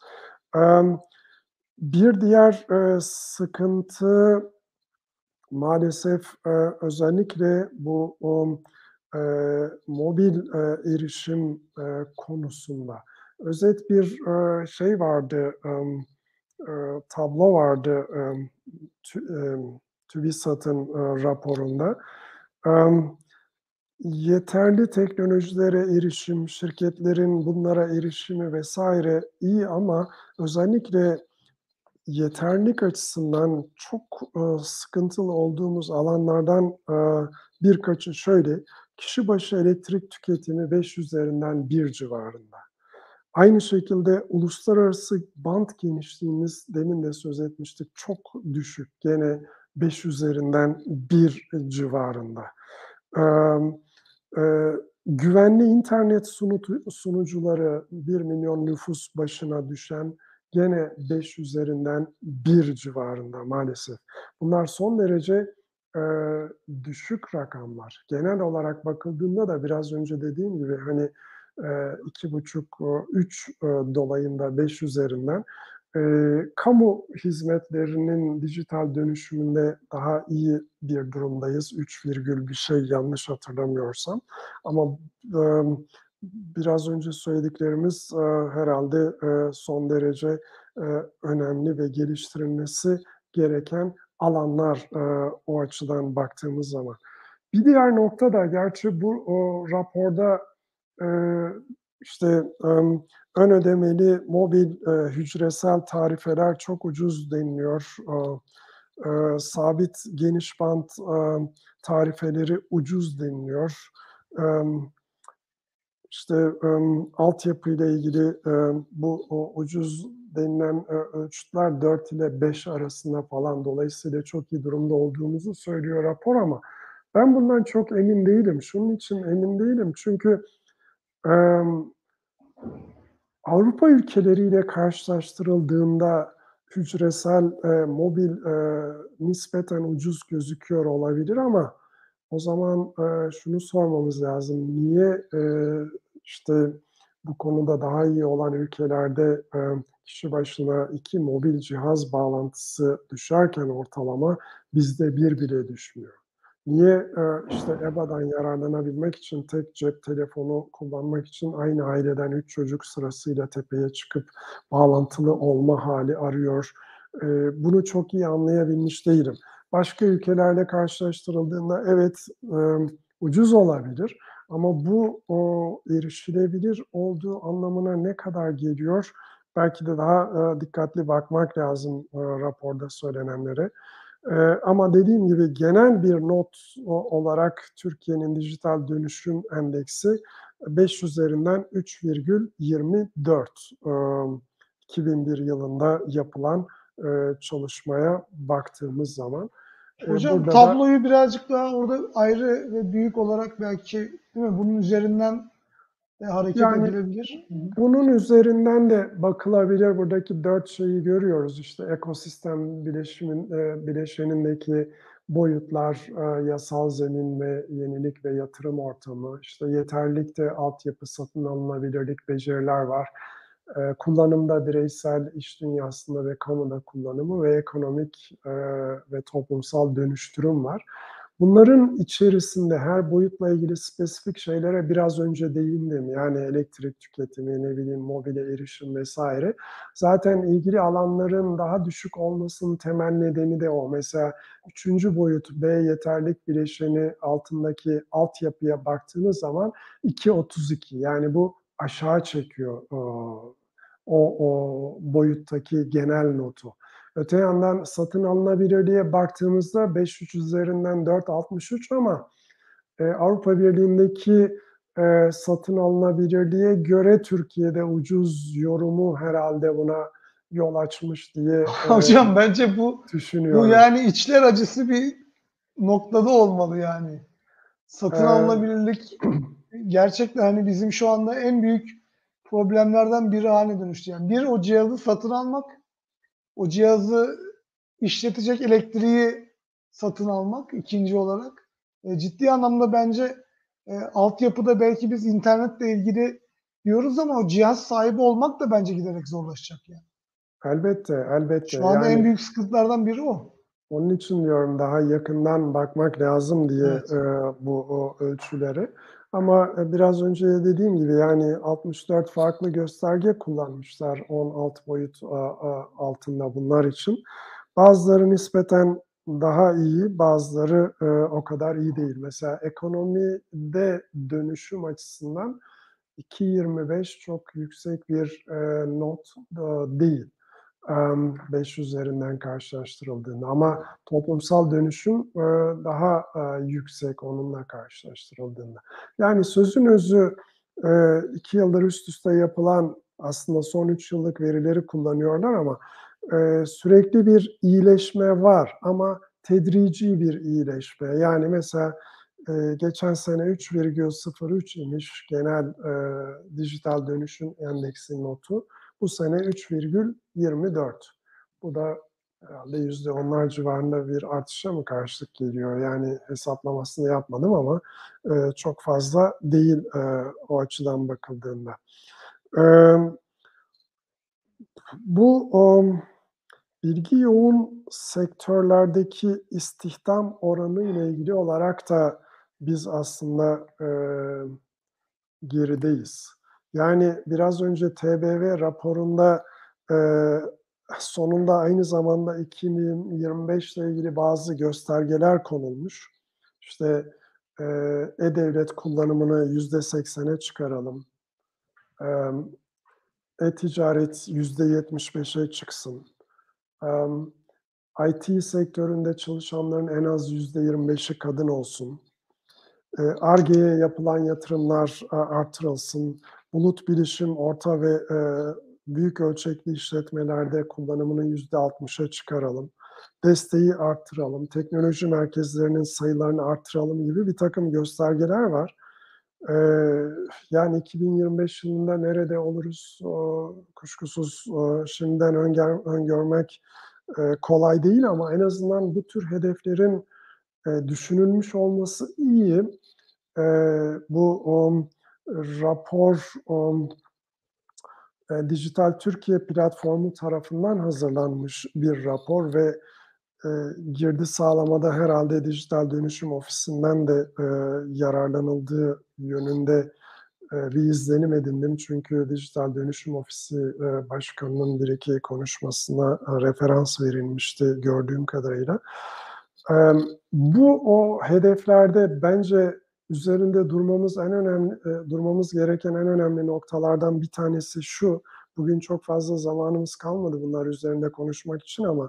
Bir diğer e, sıkıntı maalesef e, özellikle bu o, e, mobil e, erişim e, konusunda. Özet bir e, şey vardı, e, e, tablo vardı e, tü, e, TÜBİSAD'ın e, raporunda. E, yeterli teknolojilere erişim, şirketlerin bunlara erişimi vesaire iyi ama özellikle yeterlilik açısından çok, eee, sıkıntılı olduğumuz alanlardan, eee, birkaçı şöyle: kişi başı elektrik tüketimi beş üzerinden bir civarında. Aynı şekilde uluslararası bant genişliğimiz, demin de söz etmiştik, çok düşük. Gene beş üzerinden bir civarında. Emm, eee, güvenli internet sunutu sunucuları bir milyon nüfus başına düşen gene beş üzerinden bir civarında maalesef. Bunlar son derece, eee, düşük rakamlar. Genel olarak bakıldığında da biraz önce dediğim gibi, hani, eee, iki buçuk üç eee, dolayında beş üzerinden. Eee, kamu hizmetlerinin dijital dönüşümünde daha iyi bir durumdayız. üç virgül bir şey yanlış hatırlamıyorsam ama, emm, biraz önce söylediklerimiz, eee, herhâlde, eee, son derece, eee, önemli ve geliştirilmesi gereken alanlar, eee, o açıdan baktığımız zaman. Bir diğer nokta da gerçi bu, o raporda, eee, işte, emm, ön ödemeli mobil, eee, hücresel tarifeler çok ucuz deniliyor. Aaa, eee, sabit geniş bant, emm, tarifeleri ucuz deniliyor. Emm, işte, emm, altyapıyla ilgili, emm, bu o ucuz denilen, eee, ölçütler dört ile beş arasında falan. Dolayısıyla çok iyi durumda olduğumuzu söylüyor rapor ama ben bundan çok emin değilim. Şunun için emin değilim çünkü, emm, Avrupa ülkeleriyle karşılaştırıldığında hücresel, eee, mobil, eee, nispeten ucuz gözüküyor olabilir ama o zaman, eee, şunu sormamız lazım: Niye, eee, işte, bu konuda daha iyi olan ülkelerde, emm, kişi başına iki mobil cihaz bağlantısı düşerken ortalama bizde bir bile düşmüyor? Niye, eee, işte, EBA'dan yararlanabilmek için tek cep telefonu kullanmak için aynı aileden üç çocuk sırasıyla tepeye çıkıp bağlantılı olma hâli arıyor? Eee, bunu çok iyi anlayabilmiş değilim. Başka ülkelerle karşılaştırıldığında evet, emm, ucuz olabilir ama bu, o erişilebilir olduğu anlamına ne kadar geliyor? Belki de daha, eee, dikkatli bakmak lazım, eee, raporda söylenenlere. Eee, ama dediğim gibi genel bir not o olarak Türkiye'nin dijital dönüşüm endeksi beş üzerinden üç virgül yirmi dört. Emm, iki bin bir yılında yapılan, eee, çalışmaya baktığımız zaman. Eee, Hocam burada da tabloyu birazcık daha orada ayrı ve büyük olarak belki, değil mi? Bunun üzerinden de hareket Yani, edilebilir. Hı hı. bunun üzerinden de bakılabilir. Buradaki dört şeyi görüyoruz. İşte, ekosistem bileşimin eee, bileşenindeki boyutlar, eee, yasal zemin ve yenilik ve yatırım ortamı, işte, yeterlilikte altyapı, satın alınabilirlik, beceriler var. Eee, kullanımda bireysel, iş dünyasında ve kamuda kullanımı ve ekonomik, eee, ve toplumsal dönüştürüm var. Bunların içerisinde her boyutla ilgili spesifik şeylere biraz önce değindim. Yani elektrik tüketimi, ne bileyim, mobile erişim vesaire. Zaten ilgili alanların daha düşük olmasının temel nedeni de o. Mesela üçüncü boyut B yeterlilik bileşeni altındaki altyapıya baktığınız zaman iki otuz iki, yani bu aşağı çekiyor, ooo, o o boyuttaki genel notu. Öte yandan satın alınabilirliğe baktığımızda beş üç üzerinden dört altmış üç ama, eee, Avrupa Birliği'ndeki, eee, satın alınabilirliğe göre Türkiye'de ucuz yorumu herhâlde buna yol açmış diye, eee, Hocam bence bu bu düşünüyorum. yani içler acısı bir noktada olmalı yani. Satın Eee alınabilirlik gerçekten, hani, bizim şu anda en büyük problemlerden biri hâline dönüştü. Yani bir o cihazı satın almak, o cihazı işletecek elektriği satın almak ikinci olarak. Eee, ciddi anlamda bence, eee, altyapıda belki biz internetle ilgili diyoruz ama o cihaz sahibi olmak da bence giderek zorlaşacak yani. Elbette, elbette. Şu anda en Yani büyük sıkıntılardan biri o. onun için diyorum daha yakından bakmak lazım diye, Evet. eee, bu o ölçülere. Ama, eee, biraz önce de dediğim gibi, yani, altmış dört farklı gösterge kullanmışlar on altı boyut, aaa, aaa, altında bunlar için. Bazıları nispeten daha iyi, bazıları, eee, o kadar iyi değil. Mesela ekonomide dönüşüm açısından iki yirmi beş çok yüksek bir, eee, not, ııı, değil. beş üzerinden karşılaştırıldığında. Ama toplumsal dönüşüm daha yüksek onunla karşılaştırıldığında. Yani sözün özü, iki yıldır üst üste yapılan, aslında son üç yıllık verileri kullanıyorlar ama sürekli bir iyileşme var ama tedrici bir iyileşme. Yani mesela geçen sene üç virgül sıfır üç imiş genel dijital dönüşüm endeksi notu. Bu sene üç virgül yirmi dört. Bu da herhalde yüzde onlar civarında bir artışa mı karşılık geliyor? Yani hesaplamasını yapmadım ama e, çok fazla değil e, o açıdan bakıldığında. E, bu o, bilgi yoğun sektörlerdeki istihdam oranı ile ilgili olarak da biz aslında e, gerideyiz. Yani biraz önce T B V raporunda e, sonunda aynı zamanda iki bin yirmi beş ile ilgili bazı göstergeler konulmuş. İşte e-devlet kullanımını yüzde seksene çıkaralım. E-ticaret yüzde yetmiş beşe çıksın. I T sektöründe çalışanların en az yüzde yirmi beşi kadın olsun. Ar-Ge'ye yapılan yatırımlar artırılsın. Bulut bilişim orta ve e, büyük ölçekli işletmelerde kullanımını yüzde altmışa çıkaralım. Desteği arttıralım. Teknoloji merkezlerinin sayılarını arttıralım gibi bir takım göstergeler var. E, yani iki bin yirmi beş yılında nerede oluruz o, kuşkusuz o, şimdiden öngör, öngörmek e, kolay değil ama en azından bu tür hedeflerin e, düşünülmüş olması iyi. E, bu um, rapor um, e, Dijital Türkiye platformu tarafından hazırlanmış bir rapor ve e, girdi sağlamada herhalde Dijital Dönüşüm Ofisi'nden de e, yararlanıldığı yönünde e, bir izlenim edindim. Çünkü Dijital Dönüşüm Ofisi e, Başkanı'nın bir iki konuşmasına e, referans verilmişti gördüğüm kadarıyla. E, bu o hedeflerde bence üzerinde durmamız en önemli, e, durmamız gereken en önemli noktalardan bir tanesi şu. Bugün çok fazla zamanımız kalmadı bunlar üzerinde konuşmak için ama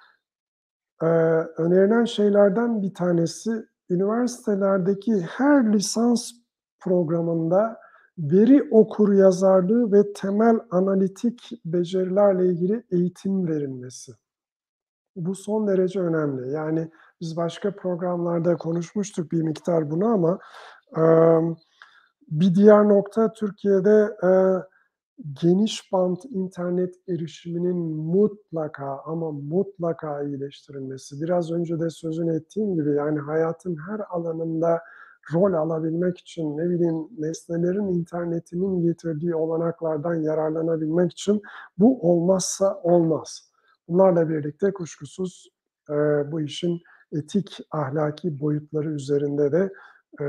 e, önerilen şeylerden bir tanesi üniversitelerdeki her lisans programında veri okuryazarlığı ve temel analitik becerilerle ilgili eğitim verilmesi. Bu son derece önemli. Yani biz başka programlarda konuşmuştuk bir miktar bunu ama e, bir diğer nokta Türkiye'de e, geniş bant internet erişiminin mutlaka ama mutlaka iyileştirilmesi. Biraz önce de sözünü ettiğim gibi yani hayatın her alanında rol alabilmek için ne bileyim nesnelerin internetinin getirdiği olanaklardan yararlanabilmek için bu olmazsa olmaz. Bunlarla birlikte kuşkusuz e, bu işin etik, ahlaki boyutları üzerinde de e,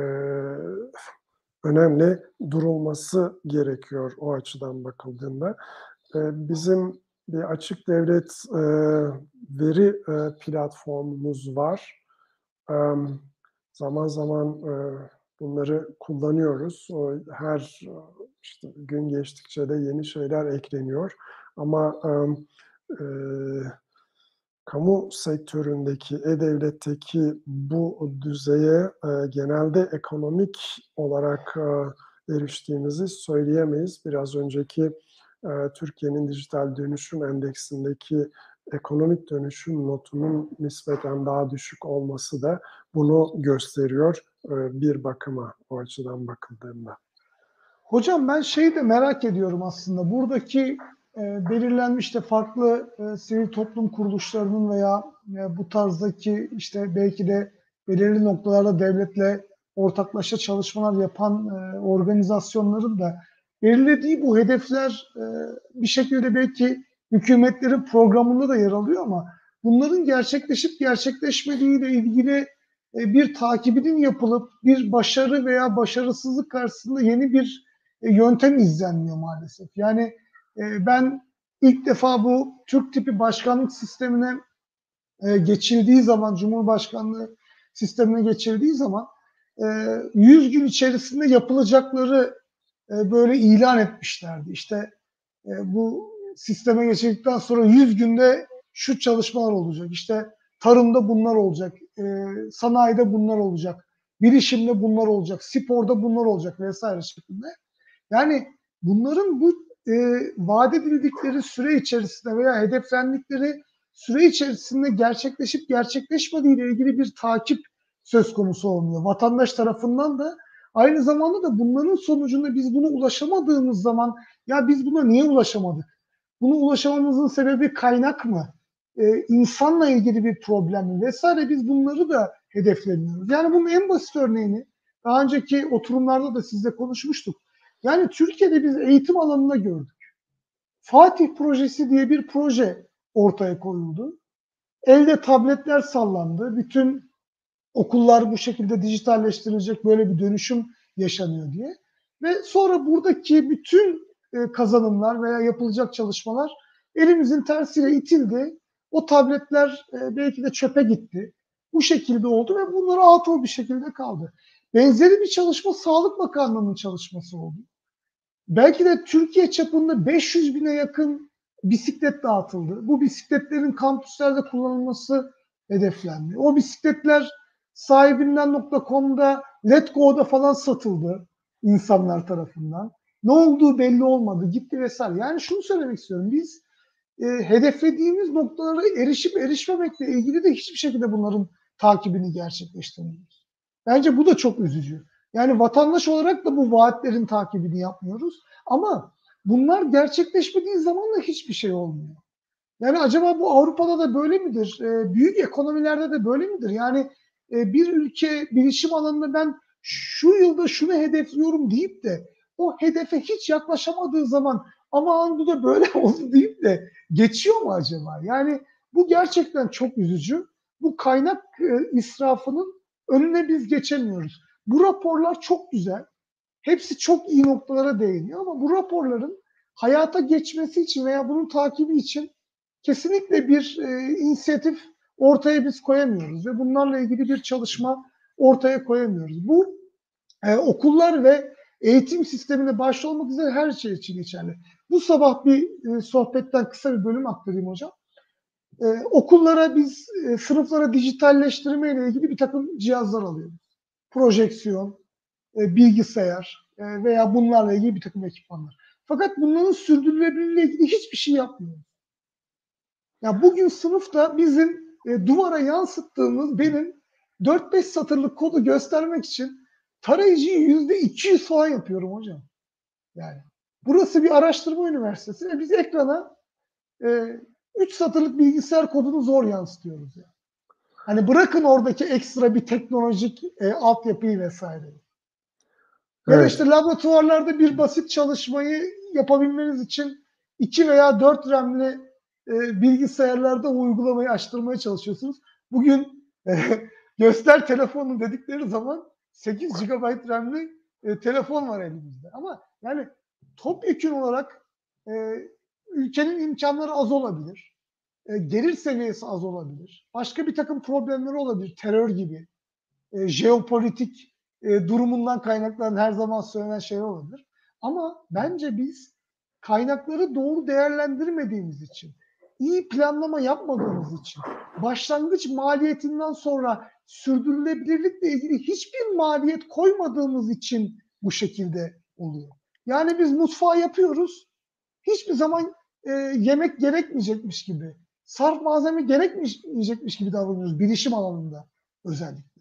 önemli durulması gerekiyor o açıdan bakıldığında. Bizim bir açık devlet veri platformumuz var. Zaman zaman bunları kullanıyoruz. Her işte gün geçtikçe de yeni şeyler ekleniyor. Ama kamu sektöründeki, e-devletteki bu düzeye e, genelde ekonomik olarak e, eriştiğimizi söyleyemeyiz. Biraz önceki e, Türkiye'nin dijital dönüşüm endeksindeki ekonomik dönüşüm notunun nispeten daha düşük olması da bunu gösteriyor e, bir bakıma o açıdan bakıldığında. Hocam ben şeyi de merak ediyorum aslında. Buradaki e, belirlenmiş de farklı e, sivil toplum kuruluşlarının veya e, bu tarzdaki işte belki de belirli noktalarda devletle ortaklaşa çalışmalar yapan e, organizasyonların da belirlediği bu hedefler e, bir şekilde belki hükümetlerin programında da yer alıyor ama bunların gerçekleşip gerçekleşmediği ile ilgili e, bir takibinin yapılıp bir başarı veya başarısızlık karşısında yeni bir yöntem izlenmiyor maalesef. Yani e, ben ilk defa bu Türk tipi başkanlık sistemine e, geçildiği zaman, Cumhurbaşkanlığı sistemine geçildiği zaman e, yüz gün içerisinde yapılacakları e, böyle ilan etmişlerdi. İşte e, bu sisteme geçirdikten sonra yüz günde şu çalışmalar olacak. İşte tarımda bunlar olacak, e, sanayide bunlar olacak, bilişimde bunlar olacak, sporda bunlar olacak vesaire şeklinde. Yani bunların bu e, vaat edildikleri süre içerisinde veya hedeflendikleri süre içerisinde gerçekleşip gerçekleşmediği ile ilgili bir takip söz konusu olmuyor. Vatandaş tarafından da aynı zamanda da bunların sonucunda biz buna ulaşamadığımız zaman ya biz buna niye ulaşamadık? Buna ulaşamamızın sebebi kaynak mı? Ee, insanla ilgili bir problem mi? Vesaire biz bunları da hedeflemiyoruz. Yani bunun en basit örneğini daha önceki oturumlarda da sizle konuşmuştuk. Yani Türkiye'de biz eğitim alanında gördük. Fatih Projesi diye bir proje ortaya koyuldu. Elde tabletler sallandı. Bütün okullar bu şekilde dijitalleştirilecek, böyle bir dönüşüm yaşanıyor diye. Ve sonra buradaki bütün e, kazanımlar veya yapılacak çalışmalar elimizin tersiyle itildi. O tabletler e, belki de çöpe gitti. Bu şekilde oldu ve bunlar atıl bir şekilde kaldı. Benzeri bir çalışma Sağlık Bakanlığı'nın çalışması oldu. Belki de Türkiye çapında beş yüz bine yakın bisiklet dağıtıldı. Bu bisikletlerin kampüslerde kullanılması hedeflendi. O bisikletler sahibinden nokta com'da, Letgo'da falan satıldı insanlar tarafından. Ne olduğu belli olmadı, gitti vesaire. Yani şunu söylemek istiyorum. Biz e, hedeflediğimiz noktalara erişip erişmemekle ilgili de hiçbir şekilde bunların takibini gerçekleştirmiyoruz. Bence bu da çok üzücü. Yani vatandaş olarak da bu vaatlerin takibini yapmıyoruz. Ama bunlar gerçekleşmediği zaman da hiçbir şey olmuyor. Yani acaba bu Avrupa'da da böyle midir? E, büyük ekonomilerde de böyle midir? Yani e, bir ülke bilişim alanında ben şu yılda şunu hedefliyorum deyip de o hedefe hiç yaklaşamadığı zaman aman bu da böyle oldu deyip de geçiyor mu acaba? Yani bu gerçekten çok üzücü. Bu kaynak e, israfının önüne biz geçemiyoruz. Bu raporlar çok güzel. Hepsi çok iyi noktalara değiniyor ama bu raporların hayata geçmesi için veya bunun takibi için kesinlikle bir e, inisiyatif ortaya biz koyamıyoruz ve bunlarla ilgili bir çalışma ortaya koyamıyoruz. Bu e, okullar ve eğitim sisteminde başta olmak üzere her şey için geçerli. Bu sabah bir e, sohbetten kısa bir bölüm aktarayım hocam. E, okullara biz e, sınıflara dijitalleştirme ile ilgili bir takım cihazlar alıyoruz. Projeksiyon, e, bilgisayar e, veya bunlarla ilgili bir takım ekipmanlar. Fakat bunların sürdürülebilirliğiyle ilgili hiçbir şey yapmıyoruz. Ya bugün sınıfta bizim e, duvara yansıttığımız benim dört beş satırlık kodu göstermek için tarayıcıyı yüzde iki yüz falan yapıyorum hocam. Yani burası bir araştırma üniversitesi ve biz ekrana e, üç satırlık bilgisayar kodunu zor yansıtıyoruz. Yani. Hani bırakın oradaki ekstra bir teknolojik e, altyapıyı vesaire. Ya da Evet. işte laboratuvarlarda bir basit çalışmayı yapabilmeniz için iki veya dört RAM'li e, bilgisayarlarda o uygulamayı açtırmaya çalışıyorsunuz. Bugün e, göster telefonu dedikleri zaman sekiz gigabayt RAM'li e, telefon var elimizde. Ama yani topyekün olarak e, ülkenin imkanları az olabilir. E, gelir seviyesi az olabilir. Başka bir takım problemleri olabilir. Terör gibi e, jeopolitik e, durumundan kaynaklanan her zaman söylenen şey olabilir. Ama bence biz kaynakları doğru değerlendirmediğimiz için, iyi planlama yapmadığımız için, başlangıç maliyetinden sonra sürdürülebilirlikle ilgili hiçbir maliyet koymadığımız için bu şekilde oluyor. Yani biz mutfağı yapıyoruz, hiçbir zaman e, yemek gerekmeyecekmiş gibi, sarf malzeme gerekmeyecekmiş gibi davranıyoruz bilişim alanında özellikle.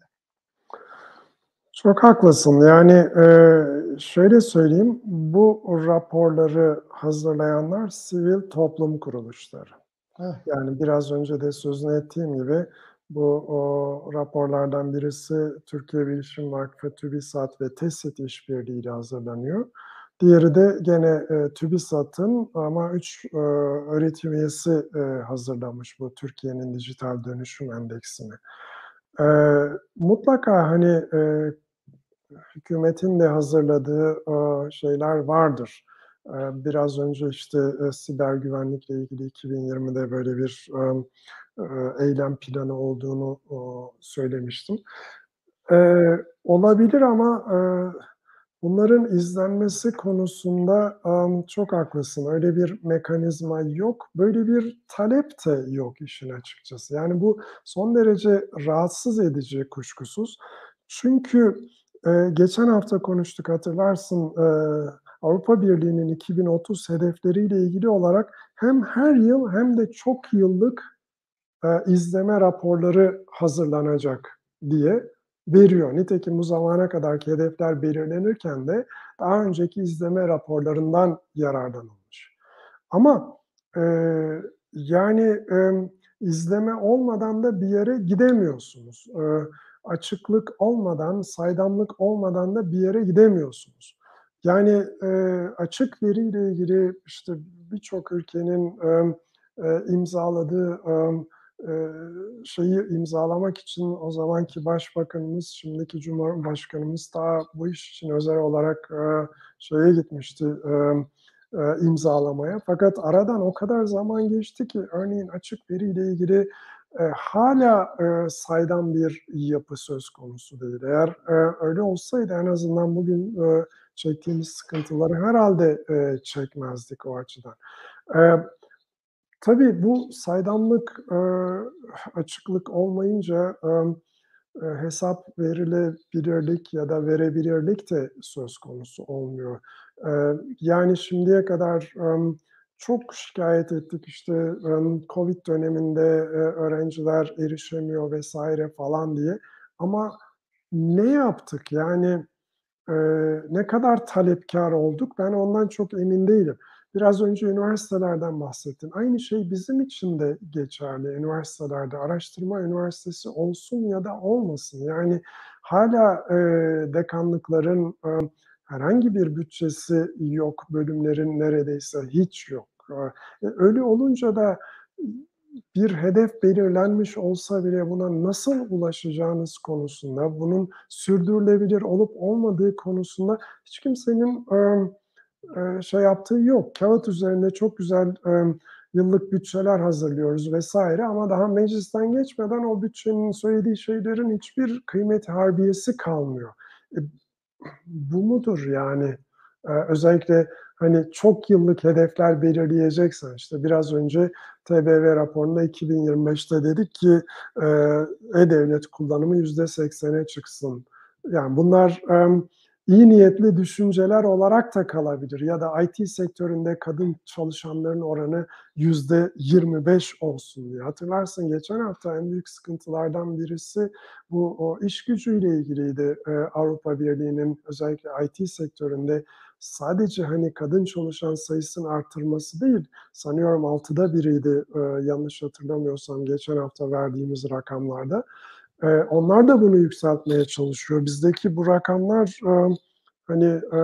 Çok haklısın. Yani e, şöyle söyleyeyim, bu raporları hazırlayanlar sivil toplum kuruluşları. Evet. Yani biraz önce de sözünü ettiğim gibi bu o, raporlardan birisi Türkiye Bilişim Vakfı, TÜBİSAT ve TESİT işbirliğiyle hazırlanıyor. Diğeri de gene e, TÜBİSAT'ın ama üç e, öğretim üyesi e, hazırlamış bu Türkiye'nin dijital dönüşüm endeksini. E, mutlaka hani e, hükümetin de hazırladığı e, şeyler vardır. E, biraz önce işte e, siber güvenlikle ilgili iki bin yirmide böyle bir e, e, eylem planı olduğunu e, söylemiştim. E, olabilir ama e, bunların izlenmesi konusunda um, çok haklısın. Öyle bir mekanizma yok. Böyle bir talep de yok işin açıkçası. Yani bu son derece rahatsız edici kuşkusuz. Çünkü e, geçen hafta konuştuk hatırlarsın e, Avrupa Birliği'nin iki bin otuz hedefleriyle ilgili olarak hem her yıl hem de çok yıllık e, izleme raporları hazırlanacak diye veriyor. Nitekim bu zamana kadarki hedefler belirlenirken de daha önceki izleme raporlarından yararlanılmış. Ama e, yani e, izleme olmadan da bir yere gidemiyorsunuz. E, açıklık olmadan, saydamlık olmadan da bir yere gidemiyorsunuz. Yani e, açık veriyle ilgili işte birçok ülkenin e, e, imzaladığı e, e, şeyi imzalamak için o zamanki başbakanımız, şimdiki cumhurbaşkanımız daha bu iş için özel olarak e, şeye gitmişti, e, e, imzalamaya. Fakat aradan o kadar zaman geçti ki örneğin açık veriyle ilgili e, hala e, saydam bir yapı söz konusu değil. Eğer e, öyle olsaydı en azından bugün e, çektiğimiz sıkıntıları herhalde e, çekmezdik o açıdan. E, tabii bu saydamlık, e, açıklık olmayınca e, e, hesap verilebilirlik ya da verebilirlik de söz konusu olmuyor. E, yani şimdiye kadar e, çok şikayet ettik işte e, Covid döneminde e, öğrenciler erişemiyor vesaire falan diye. Ama ne yaptık? Yani e, ne kadar talepkar olduk? Ben ondan çok emin değilim. Biraz önce üniversitelerden bahsettin. Aynı şey bizim için de geçerli. Üniversitelerde araştırma üniversitesi olsun ya da olmasın. Yani hala e, dekanlıkların e, herhangi bir bütçesi yok. Bölümlerin neredeyse hiç yok. E, öyle olunca da bir hedef belirlenmiş olsa bile buna nasıl ulaşacağınız konusunda, bunun sürdürülebilir olup olmadığı konusunda hiç kimsenin e, e, şey yaptığı yok. Kağıt üzerinde çok güzel e, yıllık bütçeler hazırlıyoruz vesaire ama daha meclisten geçmeden o bütçenin söylediği şeylerin hiçbir kıymeti harbiyesi kalmıyor. E, bu mudur yani? Ee, özellikle hani çok yıllık hedefler belirleyeceksen işte biraz önce T B V raporunda iki bin yirmi beşte dedik ki e, e-devlet kullanımı yüzde seksene çıksın. Yani bunlar e, iyi niyetli düşünceler olarak da kalabilir ya da I T sektöründe kadın çalışanların oranı yüzde yirmi beş olsun diye. Hatırlarsın geçen hafta en büyük sıkıntılardan birisi bu o iş gücüyle ilgiliydi. E, Avrupa Birliği'nin özellikle I T sektöründe sadece hani kadın çalışan sayısının artırması değil, sanıyorum altıda biriydi e, yanlış hatırlamıyorsam geçen hafta verdiğimiz rakamlarda. E, onlar da bunu yükseltmeye çalışıyor. Bizdeki bu rakamlar e, hani e,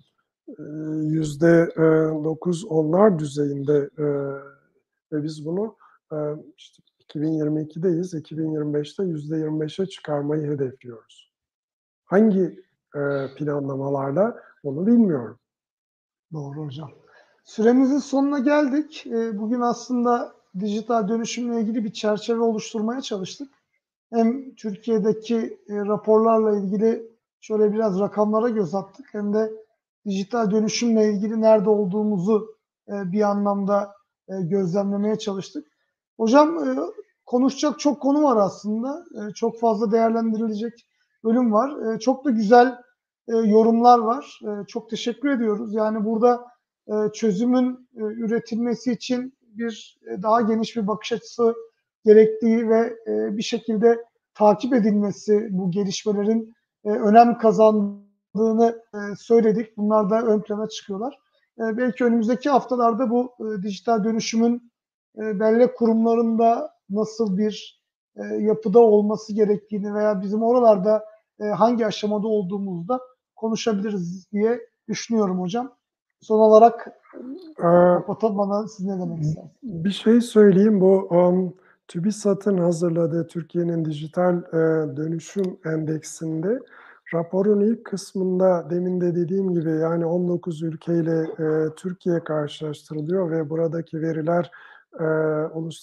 yüzde dokuz onlar düzeyinde e, ve biz bunu e, işte iki bin yirmi ikideyiz. iki bin yirmi beşte yüzde yirmi beşe çıkarmayı hedefliyoruz. Hangi e, planlamalarla onu bilmiyorum. Doğru hocam. Süremizin sonuna geldik. Ee, Bugün aslında dijital dönüşümle ilgili bir çerçeve oluşturmaya çalıştık. Hem Türkiye'deki e, raporlarla ilgili şöyle biraz rakamlara göz attık. Hem de dijital dönüşümle ilgili nerede olduğumuzu e, bir anlamda e, gözlemlemeye çalıştık. Hocam e, konuşacak çok konu var aslında. E, Çok fazla değerlendirilecek bölüm var. E, Çok da güzel e, yorumlar var. E, Çok teşekkür ediyoruz. Yani burada e, çözümün e, üretilmesi için bir e, daha geniş bir bakış açısı gerektiği ve e, bir şekilde takip edilmesi, bu gelişmelerin e, önem kazandığını e, söyledik. Bunlar da ön plana çıkıyorlar. E, belki önümüzdeki haftalarda bu e, dijital dönüşümün e, belli kurumlarında nasıl bir e, yapıda olması gerektiğini veya bizim oralarda e, hangi aşamada olduğumuzda konuşabiliriz diye düşünüyorum hocam. Son olarak Ee, kapatamadan siz ne demek istersiniz? bir şey söyleyeyim. Bu um, TÜBİSAD'ın hazırladığı Türkiye'nin dijital e, dönüşüm endeksinde raporun ilk kısmında demin de dediğim gibi yani on dokuz ülkeyle e, Türkiye karşılaştırılıyor ve buradaki veriler e,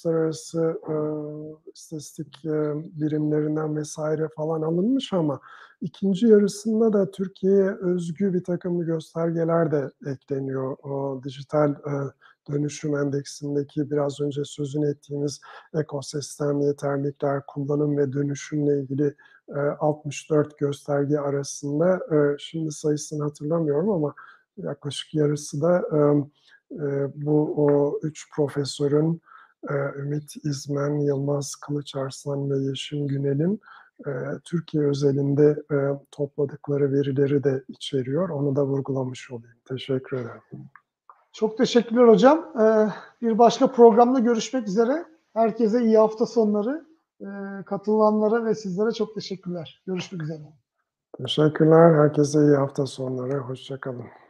uluslararası e, istatistik e, birimlerinden vesaire falan alınmış ama ikinci yarısında da Türkiye'ye özgü birtakım göstergeler de ekleniyor. O dijital, eee, dönüşüm endeksindeki biraz önce sözünü ettiğimiz ekosistem, yeterlilikler, kullanım ve dönüşümle ilgili, eee, altmış dört gösterge arasında, eee, şimdi sayısını hatırlamıyorum ama yaklaşık yarısı da, emm, eee, bu o üç profesörün, eee, Ümit İzmen, Yılmaz Kılıçarslan ve Yeşim Günel'in, eee, Türkiye özelinde, eee, topladıkları verileri de içeriyor. Onu da vurgulamış olayım. Teşekkür ederim. Çok teşekkürler hocam. Ee, bir başka programda görüşmek üzere. Herkese iyi hafta sonları. Ee, katılanlara ve sizlere çok teşekkürler. Görüşmek üzere. Teşekkürler. Herkese iyi hafta sonları. Hoşça kalın.